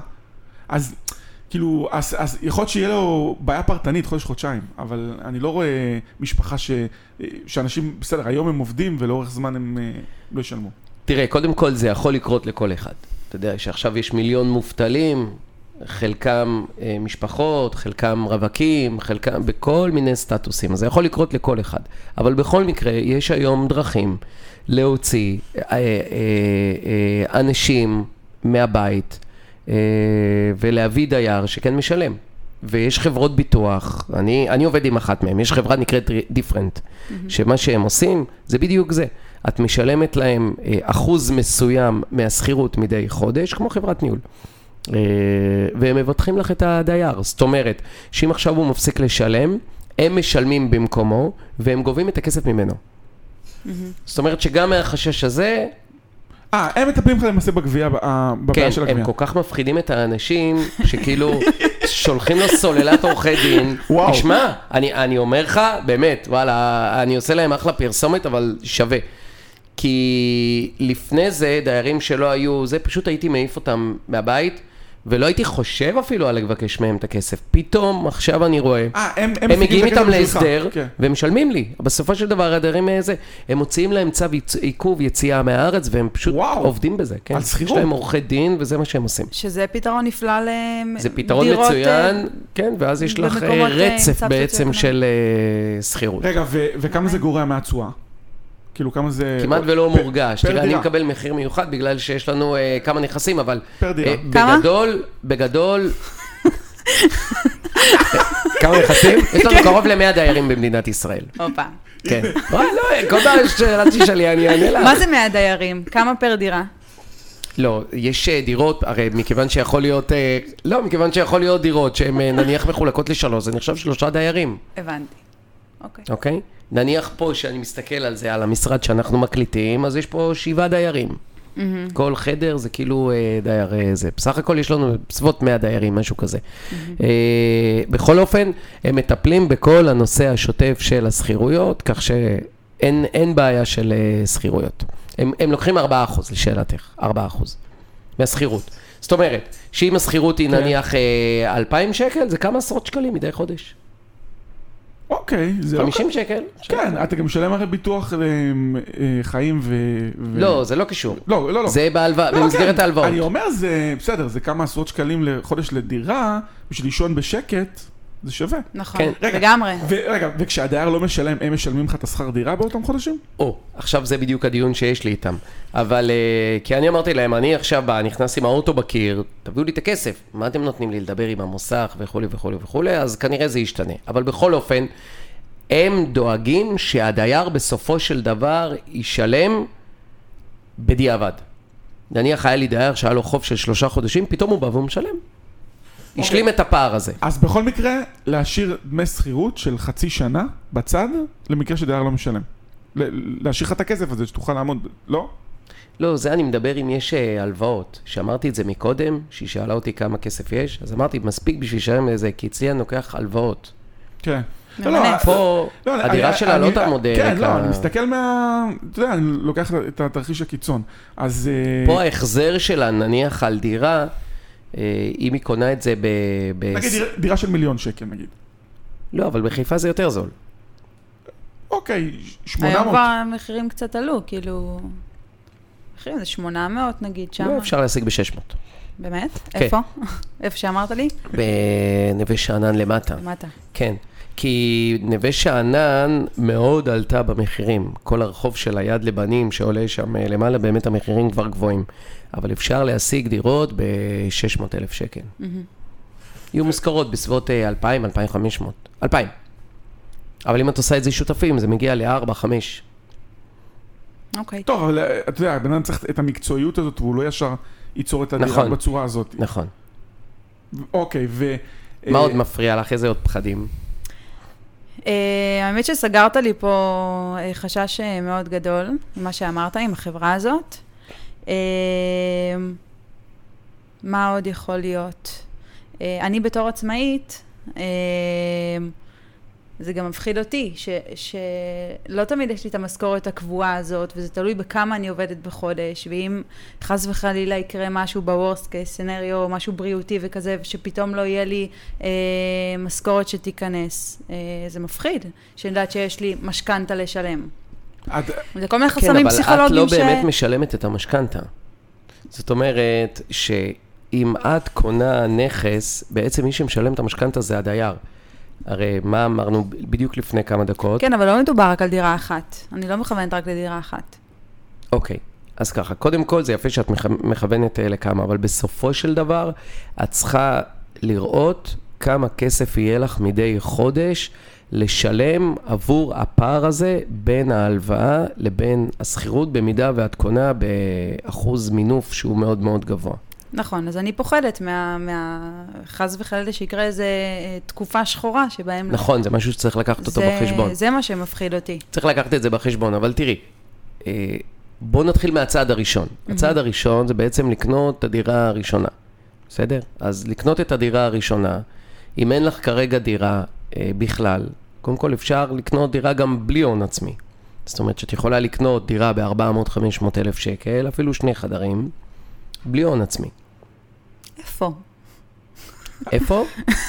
אז כאילו, אז, אז יכול להיות שיהיה לו בעיה פרטנית, חודש, חודשיים, אבל אני לא רואה משפחה ש, שאנשים, בסדר, היום הם עובדים, ולאורך זמן הם לא ישלמו. תראה, קודם כל זה יכול לקרות לכל אחד. אתה יודע שעכשיו יש מיליון מובטלים, חלקם אה, משפחות, חלקם רווקים, חלקם בכל מיני סטטוסים. אז זה יכול לקרות לכל אחד. אבל בכל מקרה, יש היום דרכים להוציא אה, אה, אה, אנשים מהבית אה, ולהביא דייר שכן משלם. ויש חברות ביטוח, אני, אני עובד עם אחת מהם, יש חברה נקראת דיפרנט, mm-hmm. שמה שהם עושים זה בדיוק זה. את משלמת להם אה, אחוז מסוים מהסחירות מדי חודש, כמו חברת ניהול. אה, והם מבטחים לך את הדייר. זאת אומרת, שאם עכשיו הוא מפסיק לשלם, הם משלמים במקומו, והם גובים את הכסף ממנו. Mm-hmm. זאת אומרת שגם מהחשש הזה... אה, הם מטפלים לך למעשה בגבייה, בבעיה של הגבייה. כן, הם כל כך מפחידים את האנשים, שכאילו שולחים לו סוללת עורכי דין. וואו. תשמע, אני, אני אומר לך, באמת, וואלה, אני עושה להם אחלה פרסומת, אבל שווה. כי לפני זה, דיירים שלא היו, זה פשוט הייתי מעיף אותם מהבית, ולא הייתי חושב אפילו על לבקש מהם את הכסף. פתאום, עכשיו אני רואה, אה, הם, הם, הם מגיעים איתם להסדר, להסדר, כן. והם משלמים לי. בסופו של דבר, הדיירים מאיזה, הם מוציאים להם צו עיכוב יציאה מהארץ, והם פשוט וואו. עובדים בזה. כן? על שכירות. יש להם עורכי דין, וזה מה שהם עושים. שזה פתרון נפלא לדירות... זה פתרון מצוין, כן, ואז יש לך רצף בעצם של שכירות. רגע, ו- וכמה זה גורע מהתשואה? כאילו כמה זה... כמעט ולא פ- מורגש. פר תראה, אני דירה. מקבל מחיר מיוחד בגלל שיש לנו אה, כמה נכסים, אבל... פר דירה. אה, כמה? בגדול, בגדול... כמה נכסים? יש לנו קרוב ל-מאה דיירים במדינת ישראל. הופה. כן. וואי, לא, כל פעם שאלה שלי, אני אענה לה. מה זה מאה דיירים? כמה פר דירה? לא, יש אה, דירות, הרי מכיוון שיכול להיות... אה, לא, מכיוון שיכול להיות דירות שהן אה, נניח מחולקות לשלוש, זה נחשב שלושה דיירים. הבנתי. אוקיי. אוקיי? נניח פה שאני מסתכל על זה, על המשרד שאנחנו מקליטים, אז יש פה שבעה דיירים. Mm-hmm. כל חדר זה כאילו אה, דייר אה, זה. בסך הכל יש לנו בסביבות מאה דיירים, משהו כזה. Mm-hmm. אה, בכל אופן, הם מטפלים בכל הנושא השוטף של הסחירויות, כך שאין אין בעיה של אה, סחירויות. הם, הם לוקחים ארבעה אחוז, לשאלתך, ארבעה אחוז מהסחירות. זאת אומרת, שאם הסחירות היא נניח אה, אלפיים שקל, זה כמה עשרות שקלים מדי חודש. אוקיי, זה חמישים לא... שקל? כן, אתה גם משלם הרי ביטוח לחיים ו... לא, זה לא קשור. לא, לא, לא. זה בהלוואה, לא, במסגרת כן. ההלוואות. אני אומר, זה בסדר, זה כמה עשרות שקלים לחודש לדירה, בשביל לישון בשקט, זה שווה. נכון, כן. רגע, לגמרי. ורגע, וכשהדייר לא משלם, הם משלמים לך את השכר דירה באותם חודשים? או, עכשיו זה בדיוק הדיון שיש לי איתם. אבל, כי אני אמרתי להם, אני עכשיו בא, נכנס עם האוטו בקיר, תביאו לי את הכסף. מה אתם נותנים לי לדבר עם המוסך וכו' וכו' וכו', אז כנראה זה ישתנה. אבל בכל אופן, הם דואגים שהדייר בסופו של דבר ישלם בדיעבד. נניח היה לי דייר שהיה לו חוב של שלושה חודשים, פתאום הוא בא והוא משלם. השלים את הפער הזה. אז בכל מקרה, להשאיר דמי שכירות של חצי שנה בצד, למקרה שדייר לא משלם. להשאיר לך את הכסף הזה, שתוכל לעמוד, לא? לא, זה אני מדבר אם יש הלוואות. שאמרתי את זה מקודם, שהיא שאלה אותי כמה כסף יש, אז אמרתי, מספיק בשביל לשלם לזה, כי אצלי אני לוקח הלוואות. כן. ממנף. פה, הדירה שלה לא תעמוד... כן, לא, אני מסתכל מה... אתה יודע, אני לוקח את התרחיש הקיצון. אז... פה ההחזר שלה, נניח על דירה, אם היא קונה את זה ב... נגיד דירה של מיליון שקל, נגיד. לא, אבל בחיפה זה יותר זול. אוקיי, שמונה היום מאות. כבר המחירים קצת עלו, כאילו... מחירים זה שמונה מאות נגיד, שם. לא, אפשר להשיג ב-שש מאות. באמת? כן. איפה? איפה שאמרת לי? בנווה שאנן למטה. למטה. כן, כי נווה שאנן מאוד עלתה במחירים. כל הרחוב של היד לבנים שעולה שם למעלה, באמת המחירים כבר גבוהים. אבל אפשר להשיג דירות ב-שש מאות אלף שקל. יהיו מוזכרות בסביבות אלפיים, אלפיים וחמש מאות. אלפיים. אבל אם את עושה את זה שותפים, זה מגיע ל-ארבע, חמש. אוקיי. טוב, אבל אתה יודע, בן אדם צריך את המקצועיות הזאת, והוא לא ישר ייצור את הדירה נכון. בצורה הזאת. נכון. אוקיי, ו... מה עוד מפריע לך? איזה עוד פחדים? האמת שסגרת לי פה חשש מאוד גדול, ממה שאמרת עם החברה הזאת. מה עוד יכול להיות? אני בתור עצמאית, זה גם מפחיד אותי, ש, שלא תמיד יש לי את המשכורת הקבועה הזאת, וזה תלוי בכמה אני עובדת בחודש, ואם חס וחלילה יקרה משהו בוורסט קייס סנריו, משהו בריאותי וכזה, שפתאום לא יהיה לי אה, משכורת שתיכנס. אה, זה מפחיד, שאני יודעת שיש לי משכנתה לשלם. את... זה כל מיני חסמים פסיכולוגיים ש... כן, אבל את לא באמת משלמת את המשכנתה. זאת אומרת ש... אם את קונה נכס, בעצם מי שמשלם את המשכנתא זה הדייר. הרי מה אמרנו בדיוק לפני כמה דקות? כן, אבל לא מדובר רק על דירה אחת. אני לא מכוונת רק לדירה אחת. אוקיי, אז ככה, קודם כל זה יפה שאת מכוונת לכמה, אבל בסופו של דבר, את צריכה לראות כמה כסף יהיה לך מדי חודש, לשלם עבור הפער הזה בין ההלוואה לבין הסחירות, במידה ואת קונה באחוז מינוף שהוא מאוד מאוד גבוה. נכון, אז אני פוחדת מה, מה חס וחלילה שיקרה איזה תקופה שחורה שבהם... נכון, זה משהו שצריך לקחת אותו זה, בחשבון. זה מה שמפחיד אותי. צריך לקחת את זה בחשבון, אבל תראי, בואו נתחיל מהצעד הראשון. הצעד הראשון זה בעצם לקנות את הדירה הראשונה. בסדר? אז לקנות את הדירה הראשונה, אם אין לך כרגע דירה בכלל, קודם כל אפשר לקנות דירה גם בלי הון עצמי. זאת אומרת שאת יכולה לקנות דירה ב-ארבע מאות חמש מאות אלף שקל, אפילו שני חדרים, בלי הון עצמי. איפה? איפה?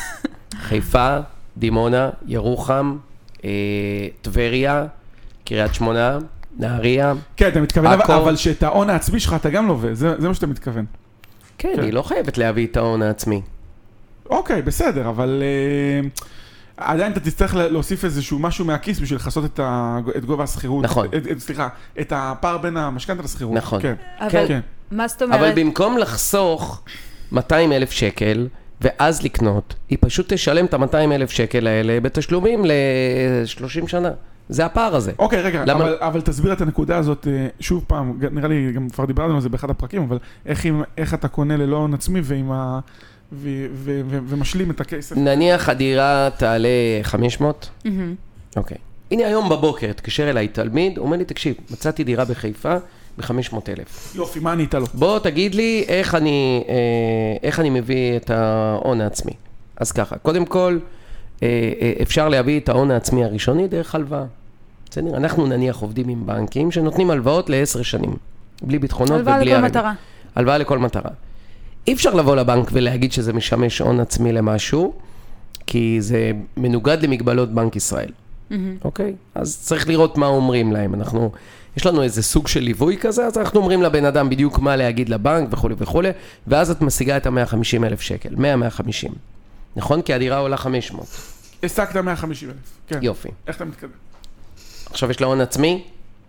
חיפה, דימונה, ירוחם, אה, טבריה, קריית שמונה, נהריה. כן, אתה מתכוון, אבל, אבל שאת ההון העצמי שלך אתה גם לווה, זה, זה מה שאתה מתכוון. כן, כן, היא לא חייבת להביא את ההון העצמי. אוקיי, בסדר, אבל אה, עדיין אתה תצטרך להוסיף איזשהו משהו מהכיס בשביל לחסות את, ה, את גובה הסחירות. נכון. את, את, סליחה, את הפער בין המשכנתא לסחירות. נכון. כן. אבל כן. מה זאת אומרת? אבל במקום לחסוך מאתיים אלף שקל, ואז לקנות, היא פשוט תשלם את ה-מאתיים אלף שקל האלה בתשלומים ל-שלושים שנה. זה הפער הזה. אוקיי, רגע, למה... אבל, אבל תסביר את הנקודה הזאת שוב פעם, נראה לי, גם כבר דיברנו על זה באחד הפרקים, אבל איך, עם, איך אתה קונה ללא הון עצמי ועם ה... ו, ו, ו, ומשלים את הכסף? נניח הדירה תעלה חמש מאות? Mm-hmm. אוקיי. הנה היום בבוקר, תקשר אליי תלמיד, הוא אומר לי, תקשיב, מצאתי דירה בחיפה ב-חמש מאות אלף. יופי, מה ענית לו? בוא תגיד לי איך אני, אה, איך אני מביא את ההון העצמי. אז ככה, קודם כל, אה, אה, אפשר להביא את ההון העצמי הראשוני דרך הלוואה. בסדר? אנחנו נניח עובדים עם בנקים שנותנים הלוואות לעשר שנים, בלי ביטחונות ובלי הלוואה לכל הרגל. מטרה. הלוואה לכל מטרה. אי אפשר לבוא לבנק ולהגיד שזה משמש הון עצמי למשהו, כי זה מנוגד למגבלות בנק ישראל. Mm-hmm. אוקיי? אז צריך לראות מה אומרים להם. אנחנו, יש לנו איזה סוג של ליווי כזה, אז אנחנו אומרים לבן אדם בדיוק מה להגיד לבנק וכו' וכו', ואז את משיגה את ה-מאה וחמישים אלף שקל, מאה מאה וחמישים. נכון? כי הדירה עולה חמש מאות. השגת מאה וחמישים אלף. כן. יופי. איך אתה מתקדם? עכשיו יש לה הון עצמי,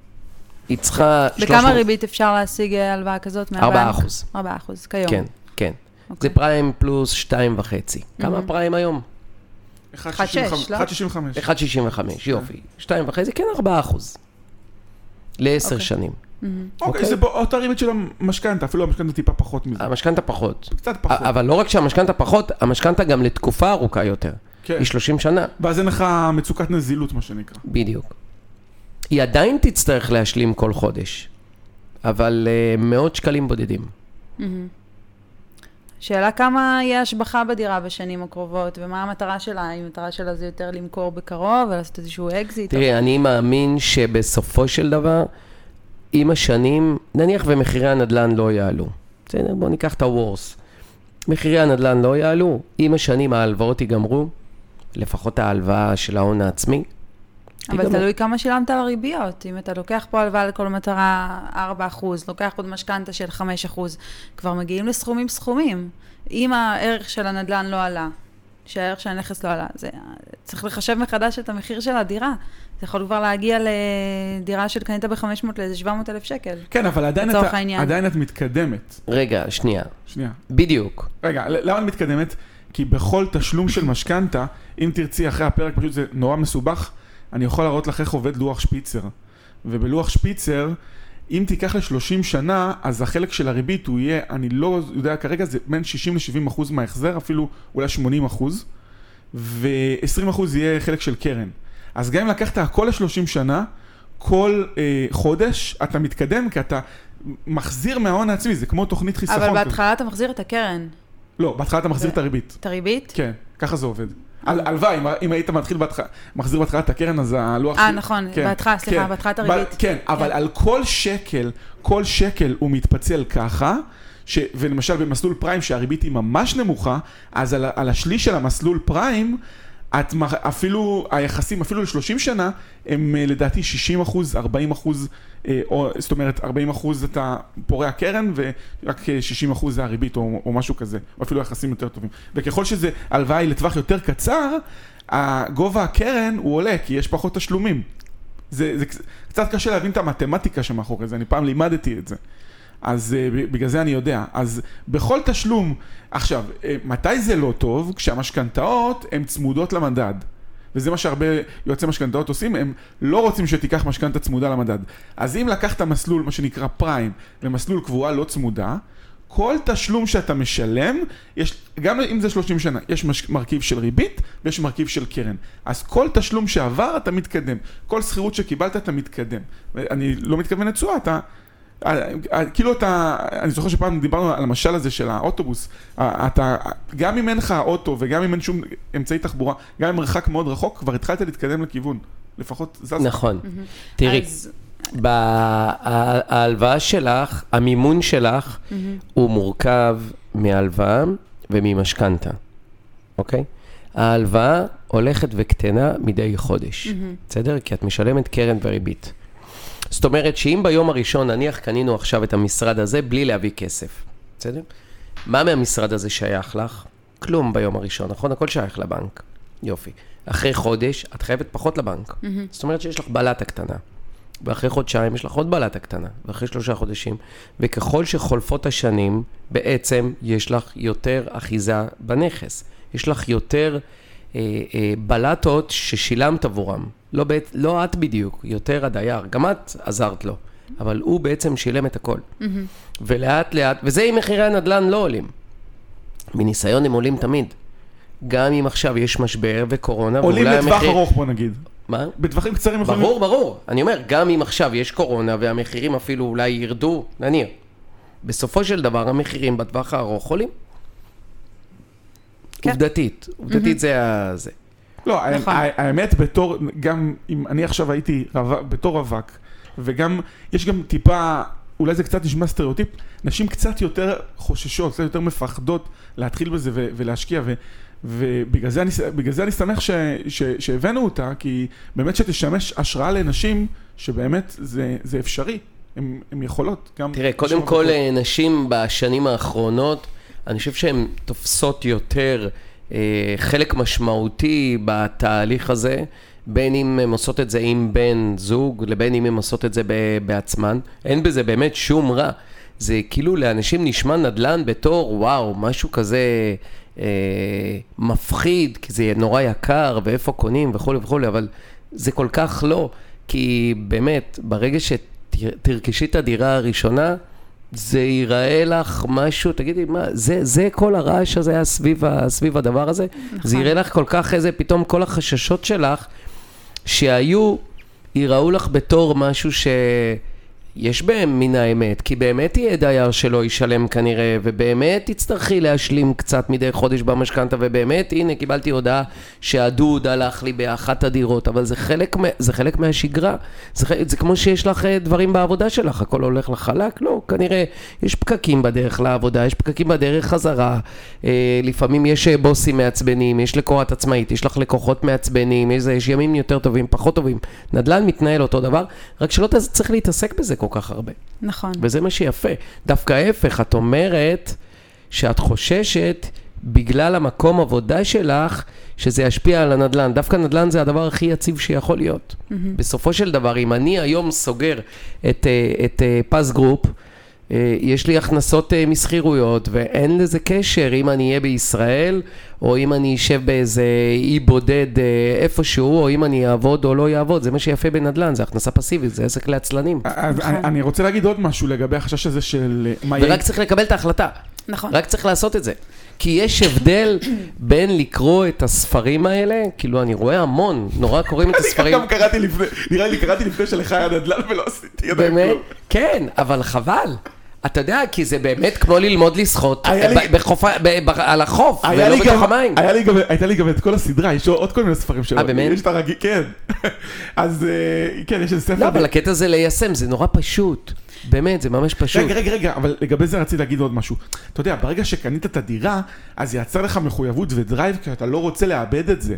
היא צריכה... בכמה ריבית אפשר להשיג הלוואה כזאת? ארבעה אחוז. ארבעה אחוז, כיום. כן, כן. זה פריים פלוס שתיים וחצי. כמה פריים היום? אחת שישים וחמש. אחת שישים וחמש, יופי. שתיים וחצי, כן, ארבעה אחוז. לעשר שנים. אוקיי, זה אותה ריבית של המשכנתא, אפילו המשכנתא טיפה פחות מזה. המשכנתא פחות. קצת פחות. אבל לא רק שהמשכנתא פחות, המשכנתא גם לתקופה ארוכה יותר. היא שלושים שנה. ואז אין לך מצוקת נזילות, מה שנקרא. בדיוק. היא עדיין תצטרך להשלים כל חודש, אבל uh, מאות שקלים בודדים. Mm-hmm. שאלה כמה יהיה השבחה בדירה בשנים הקרובות, ומה המטרה שלה? האם המטרה שלה זה יותר למכור בקרוב, ולעשות איזשהו אקזיט? תראי, או... אני מאמין שבסופו של דבר, עם השנים, נניח ומחירי הנדלן לא יעלו. בסדר, בואו ניקח את הוורס. מחירי הנדלן לא יעלו, עם השנים ההלוואות ייגמרו, לפחות ההלוואה של ההון העצמי, אבל תלוי כמה שילמת על הריביות. אם אתה לוקח פה הלוואה לכל מטרה ארבעה אחוז, לוקח עוד משכנתא של חמישה אחוז, כבר מגיעים לסכומים סכומים. אם הערך של הנדלן לא עלה, שהערך של הנכס לא עלה, זה צריך לחשב מחדש את המחיר של הדירה. זה יכול כבר להגיע לדירה של קנית ב-חמש מאות לאיזה שבע מאות אלף שקל. כן, אבל עדיין, את, עדיין את מתקדמת. רגע, שנייה. שנייה. בדיוק. רגע, למה את מתקדמת? כי בכל תשלום של משכנתא, אם תרצי אחרי הפרק, פשוט זה נורא מסובך, אני יכול להראות לך איך עובד לוח שפיצר. ובלוח שפיצר, אם תיקח ל-שלושים שנה, אז החלק של הריבית הוא יהיה, אני לא יודע כרגע, זה בין שישים ל-שבעים אחוז מההחזר, אפילו אולי שמונים אחוז, ו-עשרים אחוז יהיה חלק של קרן. אז גם אם לקחת הכל ל-שלושים שנה, כל אה, חודש אתה מתקדם, כי אתה מחזיר מההון העצמי, זה כמו תוכנית חיסכון. אבל בהתחלה אתה מחזיר את הקרן. לא, בהתחלה אתה מחזיר את הריבית. את הריבית? כן, ככה זה עובד. הלוואי, אם היית מתחיל מחזיר בהתחלה את הקרן, אז הלוח... אה, נכון, בהתחלה, סליחה, בהתחלה את הריבית. כן, אבל על כל שקל, כל שקל הוא מתפצל ככה, ולמשל במסלול פריים שהריבית היא ממש נמוכה, אז על השליש של המסלול פריים, את, אפילו היחסים, אפילו ל-שלושים שנה, הם לדעתי שישים אחוז, ארבעים אחוז, או, זאת אומרת, ארבעים אחוז אתה פורע קרן, ורק שישים אחוז זה הריבית, או, או משהו כזה, או אפילו יחסים יותר טובים. וככל שזה הלוואה היא לטווח יותר קצר, הגובה הקרן הוא עולה, כי יש פחות תשלומים. זה, זה קצת קשה להבין את המתמטיקה שמאחורי זה, אני פעם לימדתי את זה. אז בגלל זה אני יודע. אז בכל תשלום, עכשיו, מתי זה לא טוב? כשהמשכנתאות הן צמודות למדד. וזה מה שהרבה יועצי משכנתאות עושים, הם לא רוצים שתיקח משכנתה צמודה למדד. אז אם לקחת מסלול, מה שנקרא פריים, ומסלול קבועה לא צמודה, כל תשלום שאתה משלם, יש, גם אם זה שלושים שנה, יש מרכיב של ריבית ויש מרכיב של קרן. אז כל תשלום שעבר אתה מתקדם. כל שכירות שקיבלת אתה מתקדם. אני לא מתכוון לתשואה, אתה... כאילו אתה, אני זוכר שפעם דיברנו על המשל הזה של האוטובוס, אתה, גם אם אין לך אוטו וגם אם אין שום אמצעי תחבורה, גם אם מרחק מאוד רחוק, כבר התחלת להתקדם לכיוון, לפחות זז. נכון. תראי, ההלוואה שלך, המימון שלך, הוא מורכב מהלוואה וממשכנתה, אוקיי? ההלוואה הולכת וקטנה מדי חודש, בסדר? כי את משלמת קרן וריבית. זאת אומרת שאם ביום הראשון נניח קנינו עכשיו את המשרד הזה בלי להביא כסף, בסדר? מה מהמשרד הזה שייך לך? כלום ביום הראשון, נכון? הכל שייך לבנק. יופי. אחרי חודש את חייבת פחות לבנק. Mm-hmm. זאת אומרת שיש לך בלטה קטנה. ואחרי חודשיים יש לך עוד בלטה קטנה. ואחרי שלושה חודשים. וככל שחולפות השנים, בעצם יש לך יותר אחיזה בנכס. יש לך יותר אה, אה, בלטות ששילמת עבורם. לא, בית, לא את בדיוק, יותר הדייר. גם את עזרת לו. אבל הוא בעצם שילם את הכל. Mm-hmm. ולאט לאט, וזה עם מחירי הנדל"ן לא עולים. מניסיון הם עולים תמיד. גם אם עכשיו יש משבר וקורונה, עולים לטווח המחיר... ארוך פה נגיד. מה? בטווחים קצרים יכולים... ברור, ברור. אני אומר, גם אם עכשיו יש קורונה והמחירים אפילו אולי ירדו, נניח. בסופו של דבר המחירים בטווח הארוך עולים. כן. עובדתית. עובדתית mm-hmm. זה זה. לא, נכון. האמת בתור, גם אם אני עכשיו הייתי בתור רווק, וגם, יש גם טיפה, אולי זה קצת נשמע סטריאוטיפ, נשים קצת יותר חוששות, קצת יותר מפחדות להתחיל בזה ו- ולהשקיע, ו- ובגלל זה אני, בגלל זה אני שמח ש- ש- שהבאנו אותה, כי באמת שתשמש השראה לנשים, שבאמת זה, זה אפשרי, הם, הם יכולות. גם תראה, קודם כל בכל... נשים בשנים האחרונות, אני חושב שהן תופסות יותר אה, חלק משמעותי בתהליך הזה, בין אם הם עושות את זה עם בן זוג, לבין אם הם עושות את זה בעצמן. אין בזה באמת שום רע. זה כאילו לאנשים נשמע נדל"ן בתור, וואו, משהו כזה אה, מפחיד, כי זה נורא יקר, ואיפה קונים וכו' וכו', אבל זה כל כך לא. כי באמת, ברגע שתרכשי את הדירה הראשונה, זה ייראה לך משהו, תגידי, מה, זה, זה כל הרעש הזה היה סביב, סביב הדבר הזה? נכון. זה ייראה לך כל כך איזה, פתאום כל החששות שלך, שהיו, יראו לך בתור משהו שיש בהם מן האמת, כי באמת יהיה דייר שלא ישלם כנראה, ובאמת תצטרכי להשלים קצת מדי חודש במשכנתה, ובאמת, הנה, קיבלתי הודעה שהדוד הלך לי באחת הדירות, אבל זה חלק, זה חלק מהשגרה. זה, זה כמו שיש לך דברים בעבודה שלך, הכל הולך לחלק, לא, כנראה יש פקקים בדרך לעבודה, יש פקקים בדרך חזרה, אה, לפעמים יש בוסים מעצבנים, יש לקורת עצמאית, יש לך לקוחות מעצבנים, יש, יש ימים יותר טובים, פחות טובים. נדל"ן מתנהל אותו דבר, רק שלא צריך להתעסק בזה כל כך הרבה. נכון. וזה מה שיפה. דווקא ההפך, את אומרת שאת חוששת בגלל המקום עבודה שלך, שזה ישפיע על הנדל"ן. דווקא נדל"ן זה הדבר הכי יציב שיכול להיות. Mm-hmm. בסופו של דבר, אם אני היום סוגר את, את פס גרופ, יש לי הכנסות מסחירויות, ואין לזה קשר אם אני אהיה בישראל, או אם אני אשב באיזה אי בודד איפשהו, או אם אני אעבוד או לא יעבוד. זה מה שיפה בנדל"ן, זה הכנסה פסיבית, זה עסק לעצלנים. אני רוצה להגיד עוד משהו לגבי החשש הזה של... ורק צריך לקבל את ההחלטה. נכון. רק צריך לעשות את זה. כי יש הבדל בין לקרוא את הספרים האלה, כאילו אני רואה המון, נורא קוראים את הספרים. אני גם קראתי לפני, נראה לי קראתי לפני שלך היה נדל"ן ולא עשיתי עדיין כלום. באמת? כן, אבל חבל. אתה יודע, כי זה באמת כמו ללמוד לשחות על החוף, ולא בתוך המים. הייתה לי גם את כל הסדרה, יש עוד כל מיני ספרים שלו. אה, באמת? יש את הרגיל, כן. אז כן, יש איזה ספר. לא, אבל הקטע זה ליישם, זה נורא פשוט. באמת, זה ממש פשוט. רגע, רגע, רגע, אבל לגבי זה רציתי להגיד עוד משהו. אתה יודע, ברגע שקנית את הדירה, אז יצר לך מחויבות ודרייב, כי אתה לא רוצה לאבד את זה.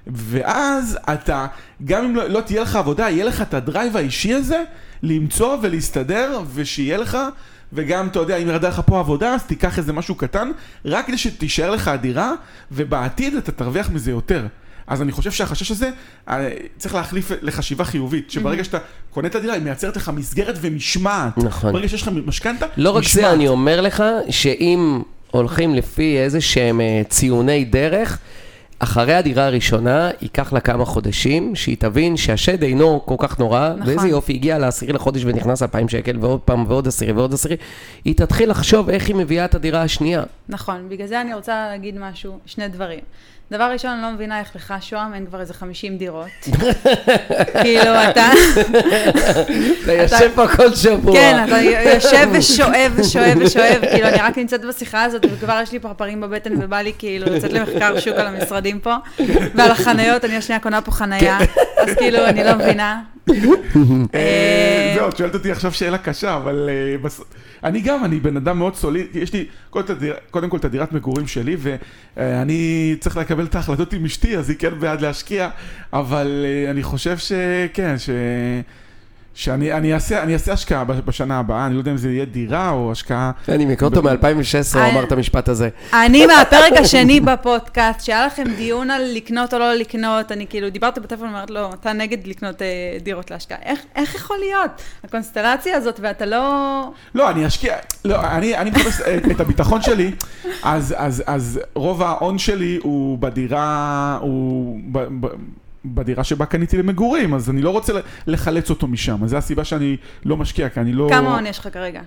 ואז אתה, גם אם לא, לא תהיה לך עבודה, יהיה לך את הדרייב האישי הזה, למצוא ולהסתדר, ושיהיה לך, וגם, אתה יודע, אם ירדה לך פה עבודה, אז תיקח איזה משהו קטן, רק כדי שתישאר לך הדירה, ובעתיד אתה תרוויח מזה יותר. אז אני חושב שהחשש הזה צריך להחליף לחשיבה חיובית, שברגע שאתה קונה את הדירה, היא מייצרת לך מסגרת ומשמעת. נכון. ברגע שיש לך משכנתה, לא רק משמעת. זה, אני אומר לך שאם הולכים לפי איזה שהם ציוני דרך, אחרי הדירה הראשונה, ייקח לה כמה חודשים, שהיא תבין שהשד אינו כל כך נורא, נכון. ואיזה יופי, הגיע לעשירי לחודש ונכנס אלפיים שקל, ועוד פעם ועוד עשירי ועוד עשירי, היא תתחיל לחשוב איך היא מביאה את הדירה השנייה. נכון, בגלל זה אני רוצה להגיד משהו, שני דברים. דבר ראשון, אני לא מבינה איך לך שוהם, אין כבר איזה חמישים דירות. כאילו, אתה... אתה יושב פה כל שבוע. כן, אתה יושב ושואב ושואב ושואב, כאילו, אני רק נמצאת בשיחה הזאת, וכבר יש לי פרפרים בבטן, ובא לי כאילו לצאת למחקר שוק על המשרדים פה, ועל החניות, אני השנייה קונה פה חנייה, אז כאילו, אני לא מבינה. זהו, את שואלת אותי עכשיו שאלה קשה, אבל אני גם, אני בן אדם מאוד סוליד, יש לי קודם כל את הדירת מגורים שלי, ואני צריך לקבל את ההחלטות עם אשתי, אז היא כן בעד להשקיע, אבל אני חושב שכן, ש... שאני אני אעשה, אני אעשה השקעה בשנה הבאה, אני לא יודע אם זה יהיה דירה או השקעה... אני מכיר אותו מ-אלפיים ושש עשרה, הוא אמר את המשפט הזה. אני מהפרק השני בפודקאסט, שהיה לכם דיון על לקנות או לא לקנות, אני כאילו דיברתי בטלפון ואומרת לו, אתה נגד לקנות דירות להשקעה. איך יכול להיות? הקונסטלציה הזאת ואתה לא... לא, אני אשקיע, לא, אני מחפש את הביטחון שלי, אז רוב ההון שלי הוא בדירה, הוא... בדירה שבה קניתי למגורים, אז אני לא רוצה לחלץ אותו משם, אז זו הסיבה שאני לא משקיע, כי אני לא... כמה הון יש לך כרגע?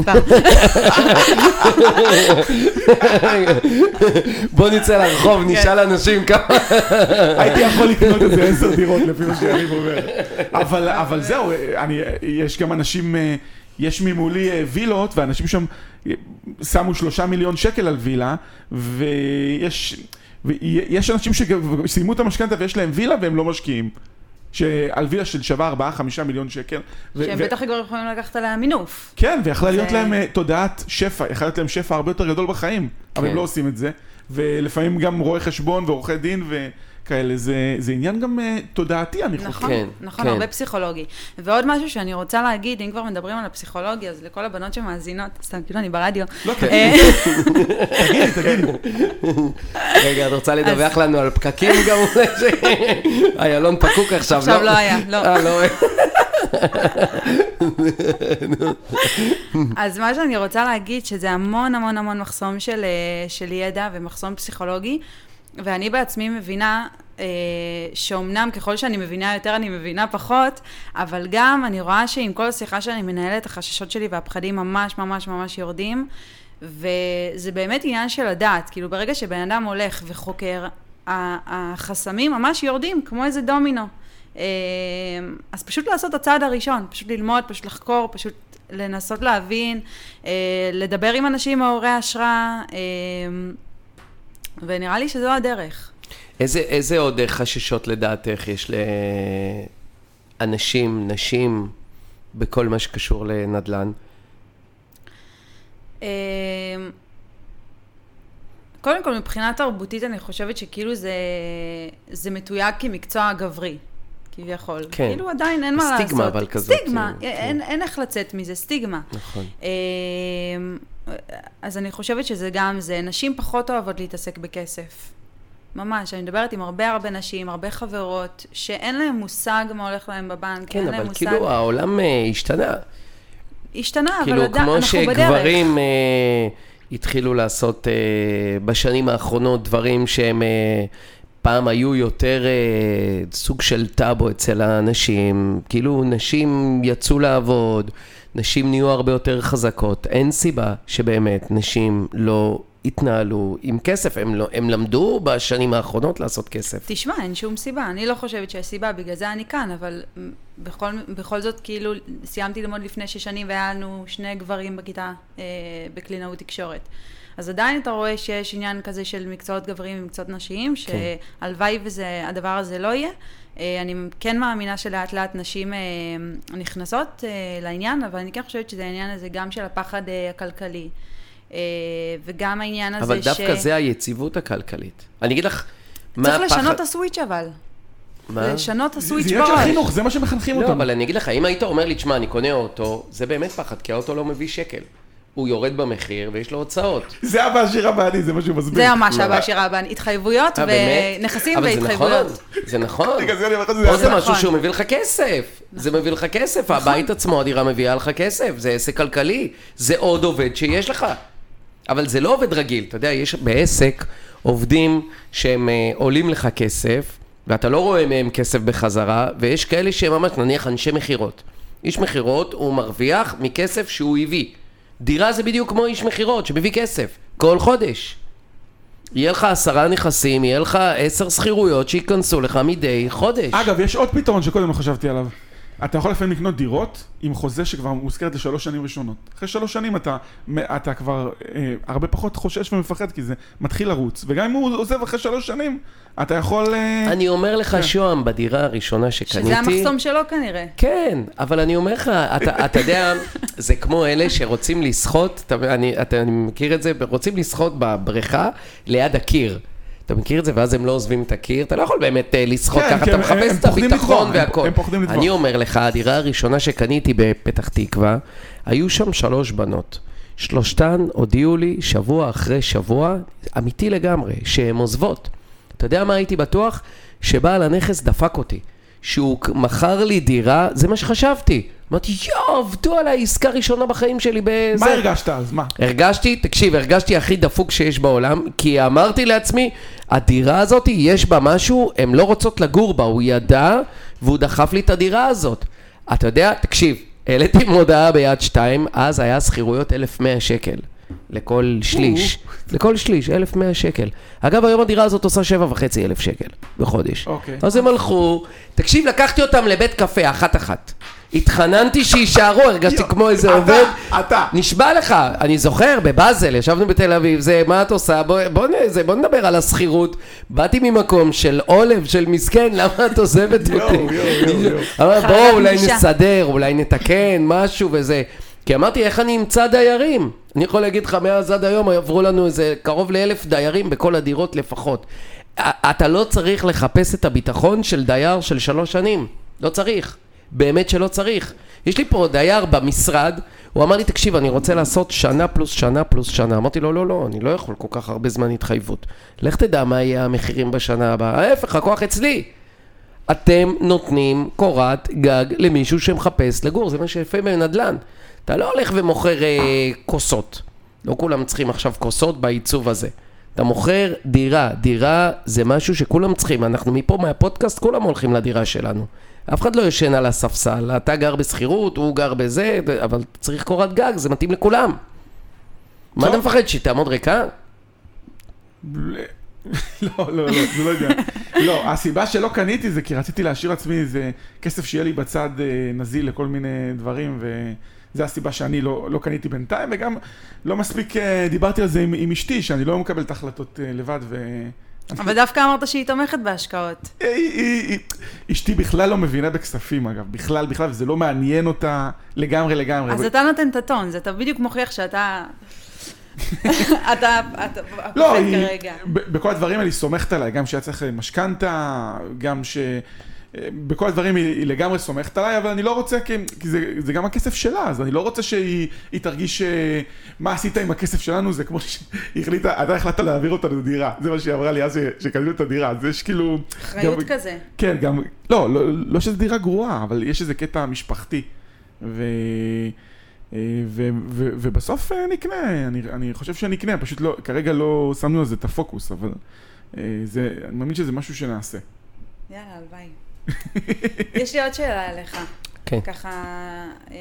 בוא נצא לרחוב, נשאל אנשים כמה... הייתי יכול לקנות איזה עשר דירות לפי מה שאני אומר. אבל זהו, יש גם אנשים, יש ממולי וילות, ואנשים שם שמו שלושה מיליון שקל על וילה, ויש... ויש אנשים שסיימו את המשכנתה ויש להם וילה והם לא משקיעים. שעל וילה של שווה ארבעה חמישה מיליון שקל. שהם בטח כבר יכולים לקחת עליה מינוף. כן, ויכולה להיות להם תודעת שפע, יכולה להיות להם שפע הרבה יותר גדול בחיים, אבל הם לא עושים את זה. ולפעמים גם רואי חשבון ועורכי דין וכאלה, זה עניין גם תודעתי, אני חושב. נכון, נכון, הרבה פסיכולוגי. ועוד משהו שאני רוצה להגיד, אם כבר מדברים על הפסיכולוגיה, אז לכל הבנות שמאזינות, סתם, כאילו אני ברדיו. לא, תגידי, תגידי. רגע, את רוצה לדווח לנו על פקקים גם? איילון פקוק עכשיו, לא? עכשיו לא היה, לא. אה, לא. אז מה שאני רוצה להגיד, שזה המון המון המון מחסום של, של ידע ומחסום פסיכולוגי, ואני בעצמי מבינה אה, שאומנם ככל שאני מבינה יותר אני מבינה פחות, אבל גם אני רואה שעם כל השיחה שאני מנהלת, החששות שלי והפחדים ממש ממש ממש יורדים, וזה באמת עניין של הדעת, כאילו ברגע שבן אדם הולך וחוקר, החסמים ממש יורדים כמו איזה דומינו. אז פשוט לעשות את הצעד הראשון, פשוט ללמוד, פשוט לחקור, פשוט לנסות להבין, לדבר עם אנשים מעוררי השראה, ונראה לי שזו הדרך. איזה, איזה עוד חששות לדעתך יש לאנשים, נשים, בכל מה שקשור לנדל"ן? קודם כל, מבחינה תרבותית אני חושבת שכאילו זה, זה מתויג כמקצוע גברי. כביכול. כן. כאילו עדיין אין מה לעשות. סטיגמה אבל כזאת. סטיגמה, כן. אין, אין איך לצאת מזה, סטיגמה. נכון. אז אני חושבת שזה גם זה. נשים פחות אוהבות להתעסק בכסף. ממש, אני מדברת עם הרבה הרבה נשים, הרבה חברות, שאין להם מושג מה הולך להם בבנק. כן, אבל מושג... כאילו העולם השתנה. השתנה, כאילו, אבל אנחנו בדרך. כאילו, כמו שגברים אה, התחילו לעשות אה, בשנים האחרונות דברים שהם... אה, פעם היו יותר אה, סוג של טאבו אצל האנשים, כאילו נשים יצאו לעבוד, נשים נהיו הרבה יותר חזקות, אין סיבה שבאמת נשים לא התנהלו עם כסף, הם, לא, הם למדו בשנים האחרונות לעשות כסף. תשמע, אין שום סיבה, אני לא חושבת שיש סיבה, בגלל זה אני כאן, אבל בכל, בכל זאת כאילו סיימתי ללמוד לפני שש שנים והיה לנו שני גברים בכיתה אה, בקלינאות תקשורת. אז עדיין אתה רואה שיש עניין כזה של מקצועות גברים ומקצועות נשיים, שהלוואי וזה, הדבר הזה לא יהיה. אני כן מאמינה שלאט לאט נשים נכנסות לעניין, אבל אני כן חושבת שזה העניין הזה גם של הפחד הכלכלי, וגם העניין הזה ש... אבל דווקא זה היציבות הכלכלית. אני אגיד לך מה צריך הפחד? לשנות את הסוויץ' אבל. מה? לשנות את זה הסוויץ' עניין של בראש. חינוך, זה מה שמחנכים לא, אותם. אבל אני אגיד לך, אם היית אומר לי, תשמע, אני קונה אוטו, זה באמת פחד, כי האוטו לא מביא שקל. הוא יורד במחיר ויש לו הוצאות. זה אבא עשיר הבעני, זה מה שהוא מסביר. זה ממש הבא שירה הבאה, התחייבויות אה, באמת? ונכסים אבל זה והתחייבויות. נכון, זה נכון. רגע, זה אני אומר לך, פה זה זה נכון. משהו שהוא מביא לך כסף. זה מביא לך כסף, הבית עצמו, הדירה מביאה לך כסף, זה עסק כלכלי, זה עוד עובד שיש לך. אבל זה לא עובד רגיל, אתה יודע, יש בעסק עובדים שהם אה, עולים לך כסף, ואתה לא רואה מהם כסף בחזרה, ויש כאלה שהם ממש, נניח אנשי מחירות. איש מחירות הוא מרוויח מכסף שהוא הביא. דירה זה בדיוק כמו איש מחירות שמביא כסף, כל חודש. יהיה לך עשרה נכסים, יהיה לך עשר שכירויות שיכנסו לך מדי חודש. אגב, יש עוד פתרון שקודם לא חשבתי עליו. אתה יכול לפעמים לקנות דירות עם חוזה שכבר מוזכרת לשלוש שנים ראשונות. אחרי שלוש שנים אתה, אתה כבר אה, הרבה פחות חושש ומפחד, כי זה מתחיל לרוץ. וגם אם הוא עוזב אחרי שלוש שנים, אתה יכול... אה... אני אומר לך, כן. שוהם, בדירה הראשונה שקניתי... שזה המחסום שלו כנראה. כן, אבל אני אומר לך, אתה, אתה יודע, זה כמו אלה שרוצים לשחות, אתה, אני, אתה, אני מכיר את זה, רוצים לשחות בבריכה ליד הקיר. אתה מכיר את זה, ואז הם לא עוזבים את הקיר, אתה לא יכול באמת לשחות כן, ככה, כן, אתה הם- מחפש הם את פוחדים הביטחון לטבוע, והכל. הם- הם פוחדים לטבוע. אני אומר לך, הדירה הראשונה שקניתי בפתח תקווה, היו שם שלוש בנות. שלושתן הודיעו לי שבוע אחרי שבוע, אמיתי לגמרי, שהן עוזבות. אתה יודע מה הייתי בטוח? שבעל הנכס דפק אותי. שהוא מכר לי דירה, זה מה שחשבתי. אמרתי, יואו, עבדו על העסקה ראשונה בחיים שלי בזה. מה הרגשת אז? מה? הרגשתי, תקשיב, הרגשתי הכי דפוק שיש בעולם, כי אמרתי לעצמי, הדירה הזאת, יש בה משהו, הן לא רוצות לגור בה, הוא ידע, והוא דחף לי את הדירה הזאת. אתה יודע, תקשיב, העליתי מודעה ביד שתיים, אז היה שכירויות אלף ומאה שקל. לכל שליש. לכל שליש, אלף ומאה שקל. אגב, היום הדירה הזאת עושה שבע וחצי אלף שקל בחודש. אוקיי. אז הם הלכו, תקשיב, לקחתי אותם לבית קפה, אחת אחת. התחננתי שישארו, הרגשתי כמו איזה אתה, עובד. אתה. נשבע לך, אני זוכר, בבאזל, ישבנו בתל אביב, זה, מה את עושה? בוא, בוא, זה, בוא נדבר על השכירות. באתי ממקום של עולב, של מסכן, למה את עוזבת אותי? יואו, יואו, יואו. אמר, בוא, חרדת אולי פגישה. נסדר, אולי נתקן, משהו וזה. כי אמרתי, איך אני אמצא דיירים? אני יכול להגיד לך, מאז עד היום עברו לנו איזה קרוב לאלף דיירים בכל הדירות לפחות. אתה לא צריך לחפש את הביטחון של דייר של שלוש שנים. לא צריך. באמת שלא צריך. יש לי פה דייר במשרד, הוא אמר לי, תקשיב, אני רוצה לעשות שנה פלוס שנה פלוס שנה. אמרתי לו, לא, לא, אני לא יכול כל כך הרבה זמן התחייבות. לך תדע מה יהיה המחירים בשנה הבאה. ההפך, הכוח אצלי. אתם נותנים קורת גג למישהו שמחפש לגור, זה מה שיפה בנדל"ן. אתה לא הולך ומוכר אה, כוסות. לא כולם צריכים עכשיו כוסות בעיצוב הזה. אתה מוכר דירה. דירה זה משהו שכולם צריכים. אנחנו מפה מהפודקאסט, כולם הולכים לדירה שלנו. אף אחד לא ישן על הספסל. אתה גר בסחירות, הוא גר בזה, אבל צריך קורת גג, זה מתאים לכולם. מה אתה מפחד, שתעמוד ריקה? לא, לא, לא, זה לא יודע. לא, הסיבה שלא קניתי זה כי רציתי להשאיר לעצמי איזה כסף שיהיה לי בצד אה, נזיל לכל מיני דברים, וזו הסיבה שאני לא, לא קניתי בינתיים, וגם לא מספיק אה, דיברתי על זה עם, עם אשתי, שאני לא מקבל את ההחלטות אה, לבד, ו... אבל דווקא אמרת שהיא תומכת בהשקעות. היא- היא- היא- אשתי בכלל לא מבינה בכספים, אגב, בכלל, בכלל, וזה לא מעניין אותה לגמרי, לגמרי. אז אתה נותן את הטון, זה אתה בדיוק מוכיח שאתה... אתה אתה לא, פוחד היא, כרגע. ב- בכל הדברים האלה היא סומכת עליי, גם שהיה צריך משכנתה, גם ש... בכל הדברים היא, היא לגמרי סומכת עליי, אבל אני לא רוצה, כי, כי זה, זה גם הכסף שלה, אז אני לא רוצה שהיא היא תרגיש מה עשית עם הכסף שלנו, זה כמו שהיא החליטה, אתה החלטת להעביר אותה לדירה, זה מה שהיא אמרה לי אז ש- שקנינו את הדירה, אז יש כאילו... אחריות גם, כזה. כן, גם, לא, לא, לא שזו דירה גרועה, אבל יש איזה קטע משפחתי, ו... ו- ו- ובסוף אה, נקנה, אני, אני חושב שנקנה, פשוט לא, כרגע לא שמנו על זה את הפוקוס, אבל אה, זה, אני מאמין שזה משהו שנעשה. יאללה, הלוואי. יש לי עוד שאלה אליך. כן. ככה, אה,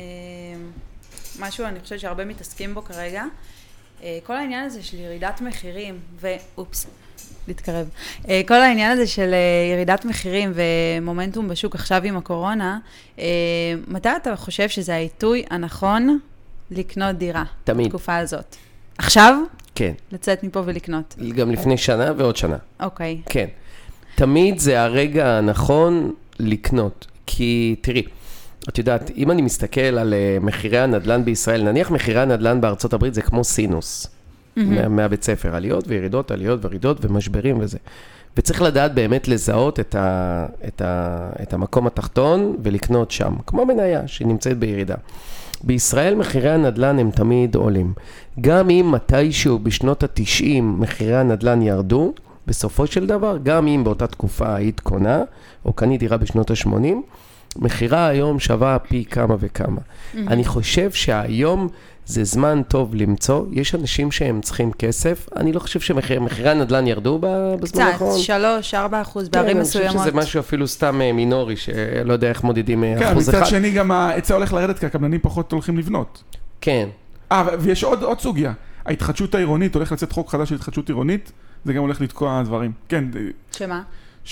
משהו אני חושבת שהרבה מתעסקים בו כרגע. אה, כל העניין הזה של ירידת מחירים, ואופס, להתקרב. אה, כל העניין הזה של אה, ירידת מחירים ומומנטום בשוק עכשיו עם הקורונה, אה, מתי אתה חושב שזה העיתוי הנכון לקנות דירה? תמיד. בתקופה הזאת. עכשיו? כן. לצאת מפה ולקנות. גם לפני שנה ועוד שנה. אוקיי. כן. תמיד זה הרגע הנכון לקנות. כי, תראי, את יודעת, אם אני מסתכל על uh, מחירי הנדל"ן בישראל, נניח מחירי הנדל"ן בארצות הברית זה כמו סינוס. מה, מהבית ספר, עליות וירידות, עליות וירידות ומשברים וזה. וצריך לדעת באמת לזהות את, ה, את, ה, את המקום התחתון ולקנות שם, כמו מניה שנמצאת בירידה. בישראל מחירי הנדל"ן הם תמיד עולים. גם אם מתישהו בשנות ה-תשעים מחירי הנדל"ן ירדו, בסופו של דבר, גם אם באותה תקופה היית קונה, או קנית דירה בשנות ה-שמונים, מחירה היום שווה פי כמה וכמה. Mm-hmm. אני חושב שהיום זה זמן טוב למצוא, יש אנשים שהם צריכים כסף, אני לא חושב שמחירי הנדל"ן ירדו בזמן האחרון. קצת, שלוש, ארבע אחוז, בערים מסוימות. אני חושב שזה משהו אפילו סתם מינורי, שלא יודע איך מודדים אחוז אחד. כן, מצד שני גם ההיצע הולך לרדת, כי הקבלנים פחות הולכים לבנות. כן. אה, ויש עוד, עוד סוגיה. ההתחדשות העירונית, הולך לצאת חוק חדש של התחדשות עירונית, זה גם הולך לתקוע דברים. כן. שמה?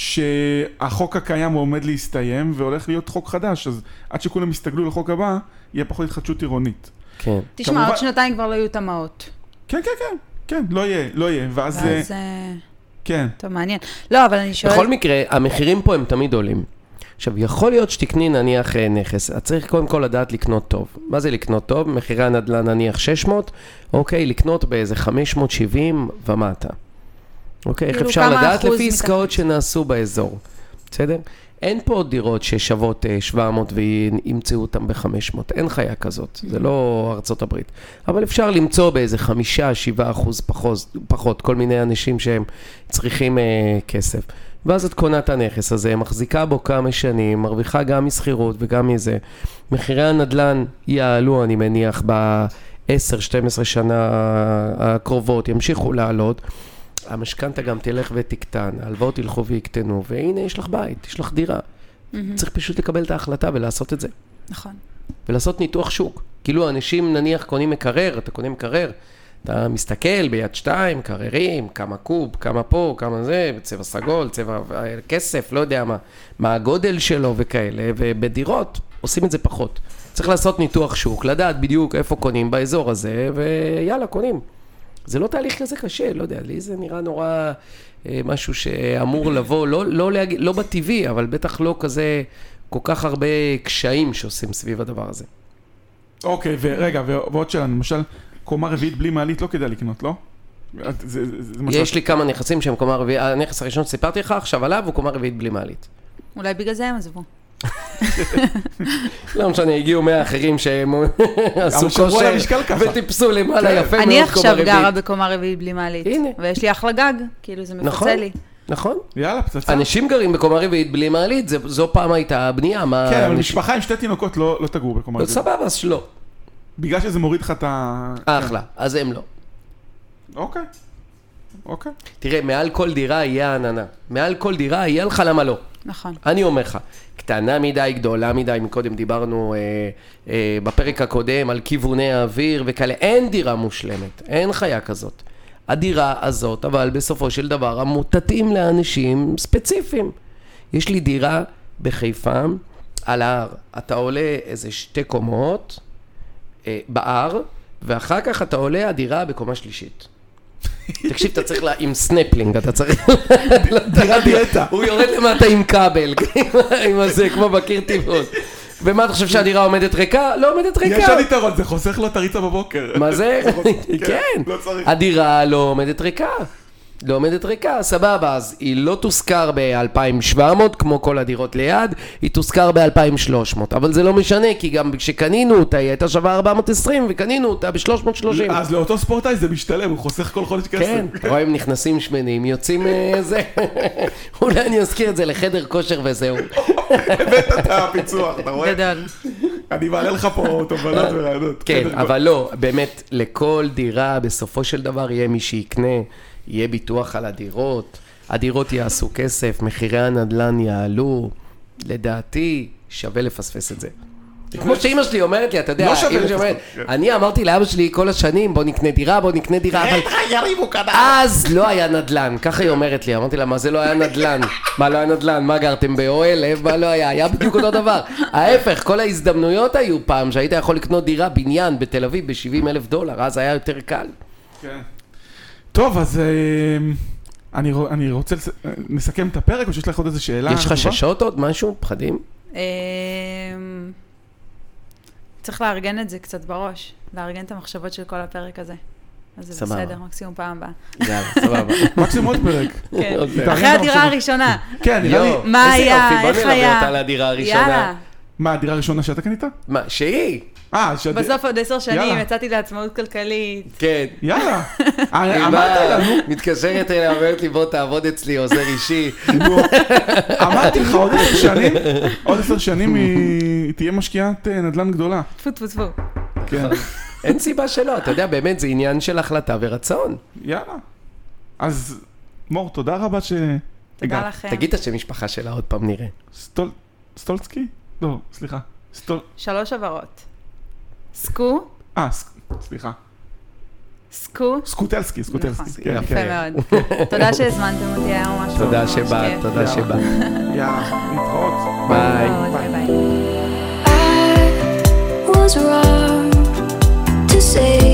שהחוק הקיים הוא עומד להסתיים, והולך להיות חוק חדש, אז עד שכולם יסתגלו לחוק הבא, יהיה פחות התחדשות עירונית. כן. תשמע, כמובן... עוד שנתיים כבר לא יהיו תמאות. כן, כן, כן, כן, לא יהיה, לא יהיה, ואז... ואז... כן. טוב, מעניין. לא, אבל אני שואל... בכל מקרה, המחירים פה הם תמיד עולים. עכשיו, יכול להיות שתקני נניח נכס, את צריך קודם כל לדעת לקנות טוב. מה זה לקנות טוב? מחירי הנדל"ן נניח שש מאות, אוקיי, לקנות באיזה חמש מאות שבעים ומטה. אוקיי, איך אפשר לדעת לפי עסקאות שנעשו באזור. בסדר? אין פה דירות ששוות שבע מאות וימצאו אותם ב-חמש מאות. אין חיה כזאת. זה לא ארצות הברית. אבל אפשר למצוא באיזה חמישה, שבעה אחוז פחות, פחות, כל מיני אנשים שהם צריכים אה, כסף. ואז את קונה את הנכס הזה, מחזיקה בו כמה שנים, מרוויחה גם מסחירות וגם מזה. מחירי הנדל"ן יעלו, אני מניח, ב-עשר שתים עשרה שנה הקרובות, ימשיכו לעלות. המשכנתה גם תלך ותקטן, ההלוואות ילכו ויקטנו, והנה יש לך בית, יש לך דירה. Mm-hmm. צריך פשוט לקבל את ההחלטה ולעשות את זה. נכון. ולעשות ניתוח שוק. כאילו אנשים נניח קונים מקרר, אתה קונה מקרר, אתה מסתכל ביד שתיים, קררים, כמה קוב, כמה פה, כמה זה, צבע סגול, צבע כסף, לא יודע מה, מה הגודל שלו וכאלה, ובדירות עושים את זה פחות. צריך לעשות ניתוח שוק, לדעת בדיוק איפה קונים באזור הזה, ויאללה, קונים. זה לא תהליך כזה קשה, לא יודע, לי זה נראה נורא אה, משהו שאמור לבוא, לא, לא, להגיד, לא בטבעי, אבל בטח לא כזה, כל כך הרבה קשיים שעושים סביב הדבר הזה. אוקיי, ורגע, ועוד שאלה, למשל, קומה רביעית בלי מעלית לא כדאי לקנות, לא? זה, זה, זה משל... יש לי כמה נכסים שהם קומה רביעית, הנכס הראשון שסיפרתי לך עכשיו עליו הוא קומה רביעית בלי מעלית. אולי בגלל זה הם עזבו. לא משנה, הגיעו מהאחרים שהם עשו כושר וטיפסו למעלה יפה מאוד קומה רביעית. אני עכשיו גרה בקומה רביעית בלי מעלית, ויש לי אחלה גג, כאילו זה מפצה לי. נכון. יאללה, פצצה. אנשים גרים בקומה רביעית בלי מעלית, זו פעם הייתה בנייה. כן, אבל משפחה עם שתי תינוקות לא תגור בקומה רביעית. סבבה, אז שלא. בגלל שזה מוריד לך את ה... אחלה, אז הם לא. אוקיי. אוקיי. תראה, מעל כל דירה יהיה עננה. מעל כל דירה יהיה לך למה לא. נכון. אני אומר לך, קטנה מדי, גדולה מדי, מקודם דיברנו אה, אה, בפרק הקודם על כיווני האוויר וכאלה, אין דירה מושלמת, אין חיה כזאת. הדירה הזאת, אבל בסופו של דבר, תתאים לאנשים ספציפיים. יש לי דירה בחיפה, על ההר, אתה עולה איזה שתי קומות אה, בהר, ואחר כך אתה עולה הדירה בקומה שלישית. תקשיב, אתה צריך לה, עם סנפלינג, אתה צריך... דירה דיאטה. הוא יורד למטה עם כבל, עם הזה, כמו בקיר טבעון. ומה אתה חושב שהדירה עומדת ריקה? לא עומדת ריקה. יש עוד יתרון, זה חוסך לו את הריצה בבוקר. מה זה? כן. הדירה לא עומדת ריקה. לא עומדת ריקה, סבבה, אז היא לא תוזכר ב-אלפיים ושבע מאות כמו כל הדירות ליד, היא תוזכר ב-אלפיים ושלוש מאות, אבל זה לא משנה, כי גם כשקנינו אותה, היא הייתה שווה ארבע מאות ועשרים, וקנינו אותה ב-שלוש מאות ושלושים. אז לאותו ספורטאי זה משתלם, הוא חוסך כל חודש כסף. כן, רואים נכנסים שמנים, יוצאים זה, אולי אני אזכיר את זה לחדר כושר וזהו. הבאת את הפיצוח, אתה רואה? גדול. אני מעלה לך פה תובנות ורעיונות. כן, אבל לא, באמת, לכל דירה בסופו של דבר יהיה מי שיקנה, יהיה ביטוח על הדירות, הדירות יעשו כסף, מחירי הנדל"ן יעלו, לדעתי שווה לפספס את זה. כמו שאמא שלי אומרת לי, אתה יודע, אני אמרתי לאבא שלי כל השנים, בוא נקנה דירה, בוא נקנה דירה, אבל אז לא היה נדל"ן, ככה היא אומרת לי, אמרתי לה, מה זה לא היה נדל"ן? מה לא היה נדל"ן? מה גרתם באוהל? מה לא היה? היה בדיוק אותו דבר. ההפך, כל ההזדמנויות היו פעם, שהיית יכול לקנות דירה, בניין בתל אביב ב-שבעים אלף דולר, אז היה יותר קל. כן. טוב, אז אני, אני רוצה לסכם את הפרק, או שיש לך עוד איזו שאלה? יש חששות עוד? משהו? פחדים? צריך לארגן את זה קצת בראש, לארגן את המחשבות של כל הפרק הזה. אז זה סבבה. בסדר, מקסימום פעם הבאה. יאללה, סבבה. מקסימום עוד פרק. כן. עוד פרק. אחרי הדירה הראשונה. כן, נראה לי... יואו, מה איזה היה, יופי, בוא איך נלווה היה. אותה לדירה הראשונה. יאללה. מה, הדירה הראשונה שאתה קנית? מה, שהיא? אה, שאת... בסוף עוד עשר שנים יאללה. יצאתי לעצמאות כלכלית. כן. יאללה. היא אמרת באה, לנו, מתקשרת אליה, אומרת לי, בוא תעבוד אצלי, עוזר אישי. נו, אמרתי לך, עוד עשר שנים, עוד עשר שנים היא תהיה משקיעת אה, נדל"ן גדולה. טפו טפו טפו. כן, אין סיבה שלא, אתה יודע, באמת, זה עניין של החלטה ורצון. יאללה. אז, מור, תודה רבה תודה שהגעת. לכם. תגיד את השם משפחה שלה, עוד פעם נראה. סטול... סטולסקי? לא, סליחה. סטול... שלוש עברות. סקו, אה, ס- סליחה. סקו. סקוטלסקי, סקוטלסקי. נכון, כן, יפה כן. מאוד. תודה שהזמנתם אותי, היה ממש תודה ממש שבאת, כיף. תודה שבאת. יאללה, להתראות. ביי. ביי ביי. I was wrong to say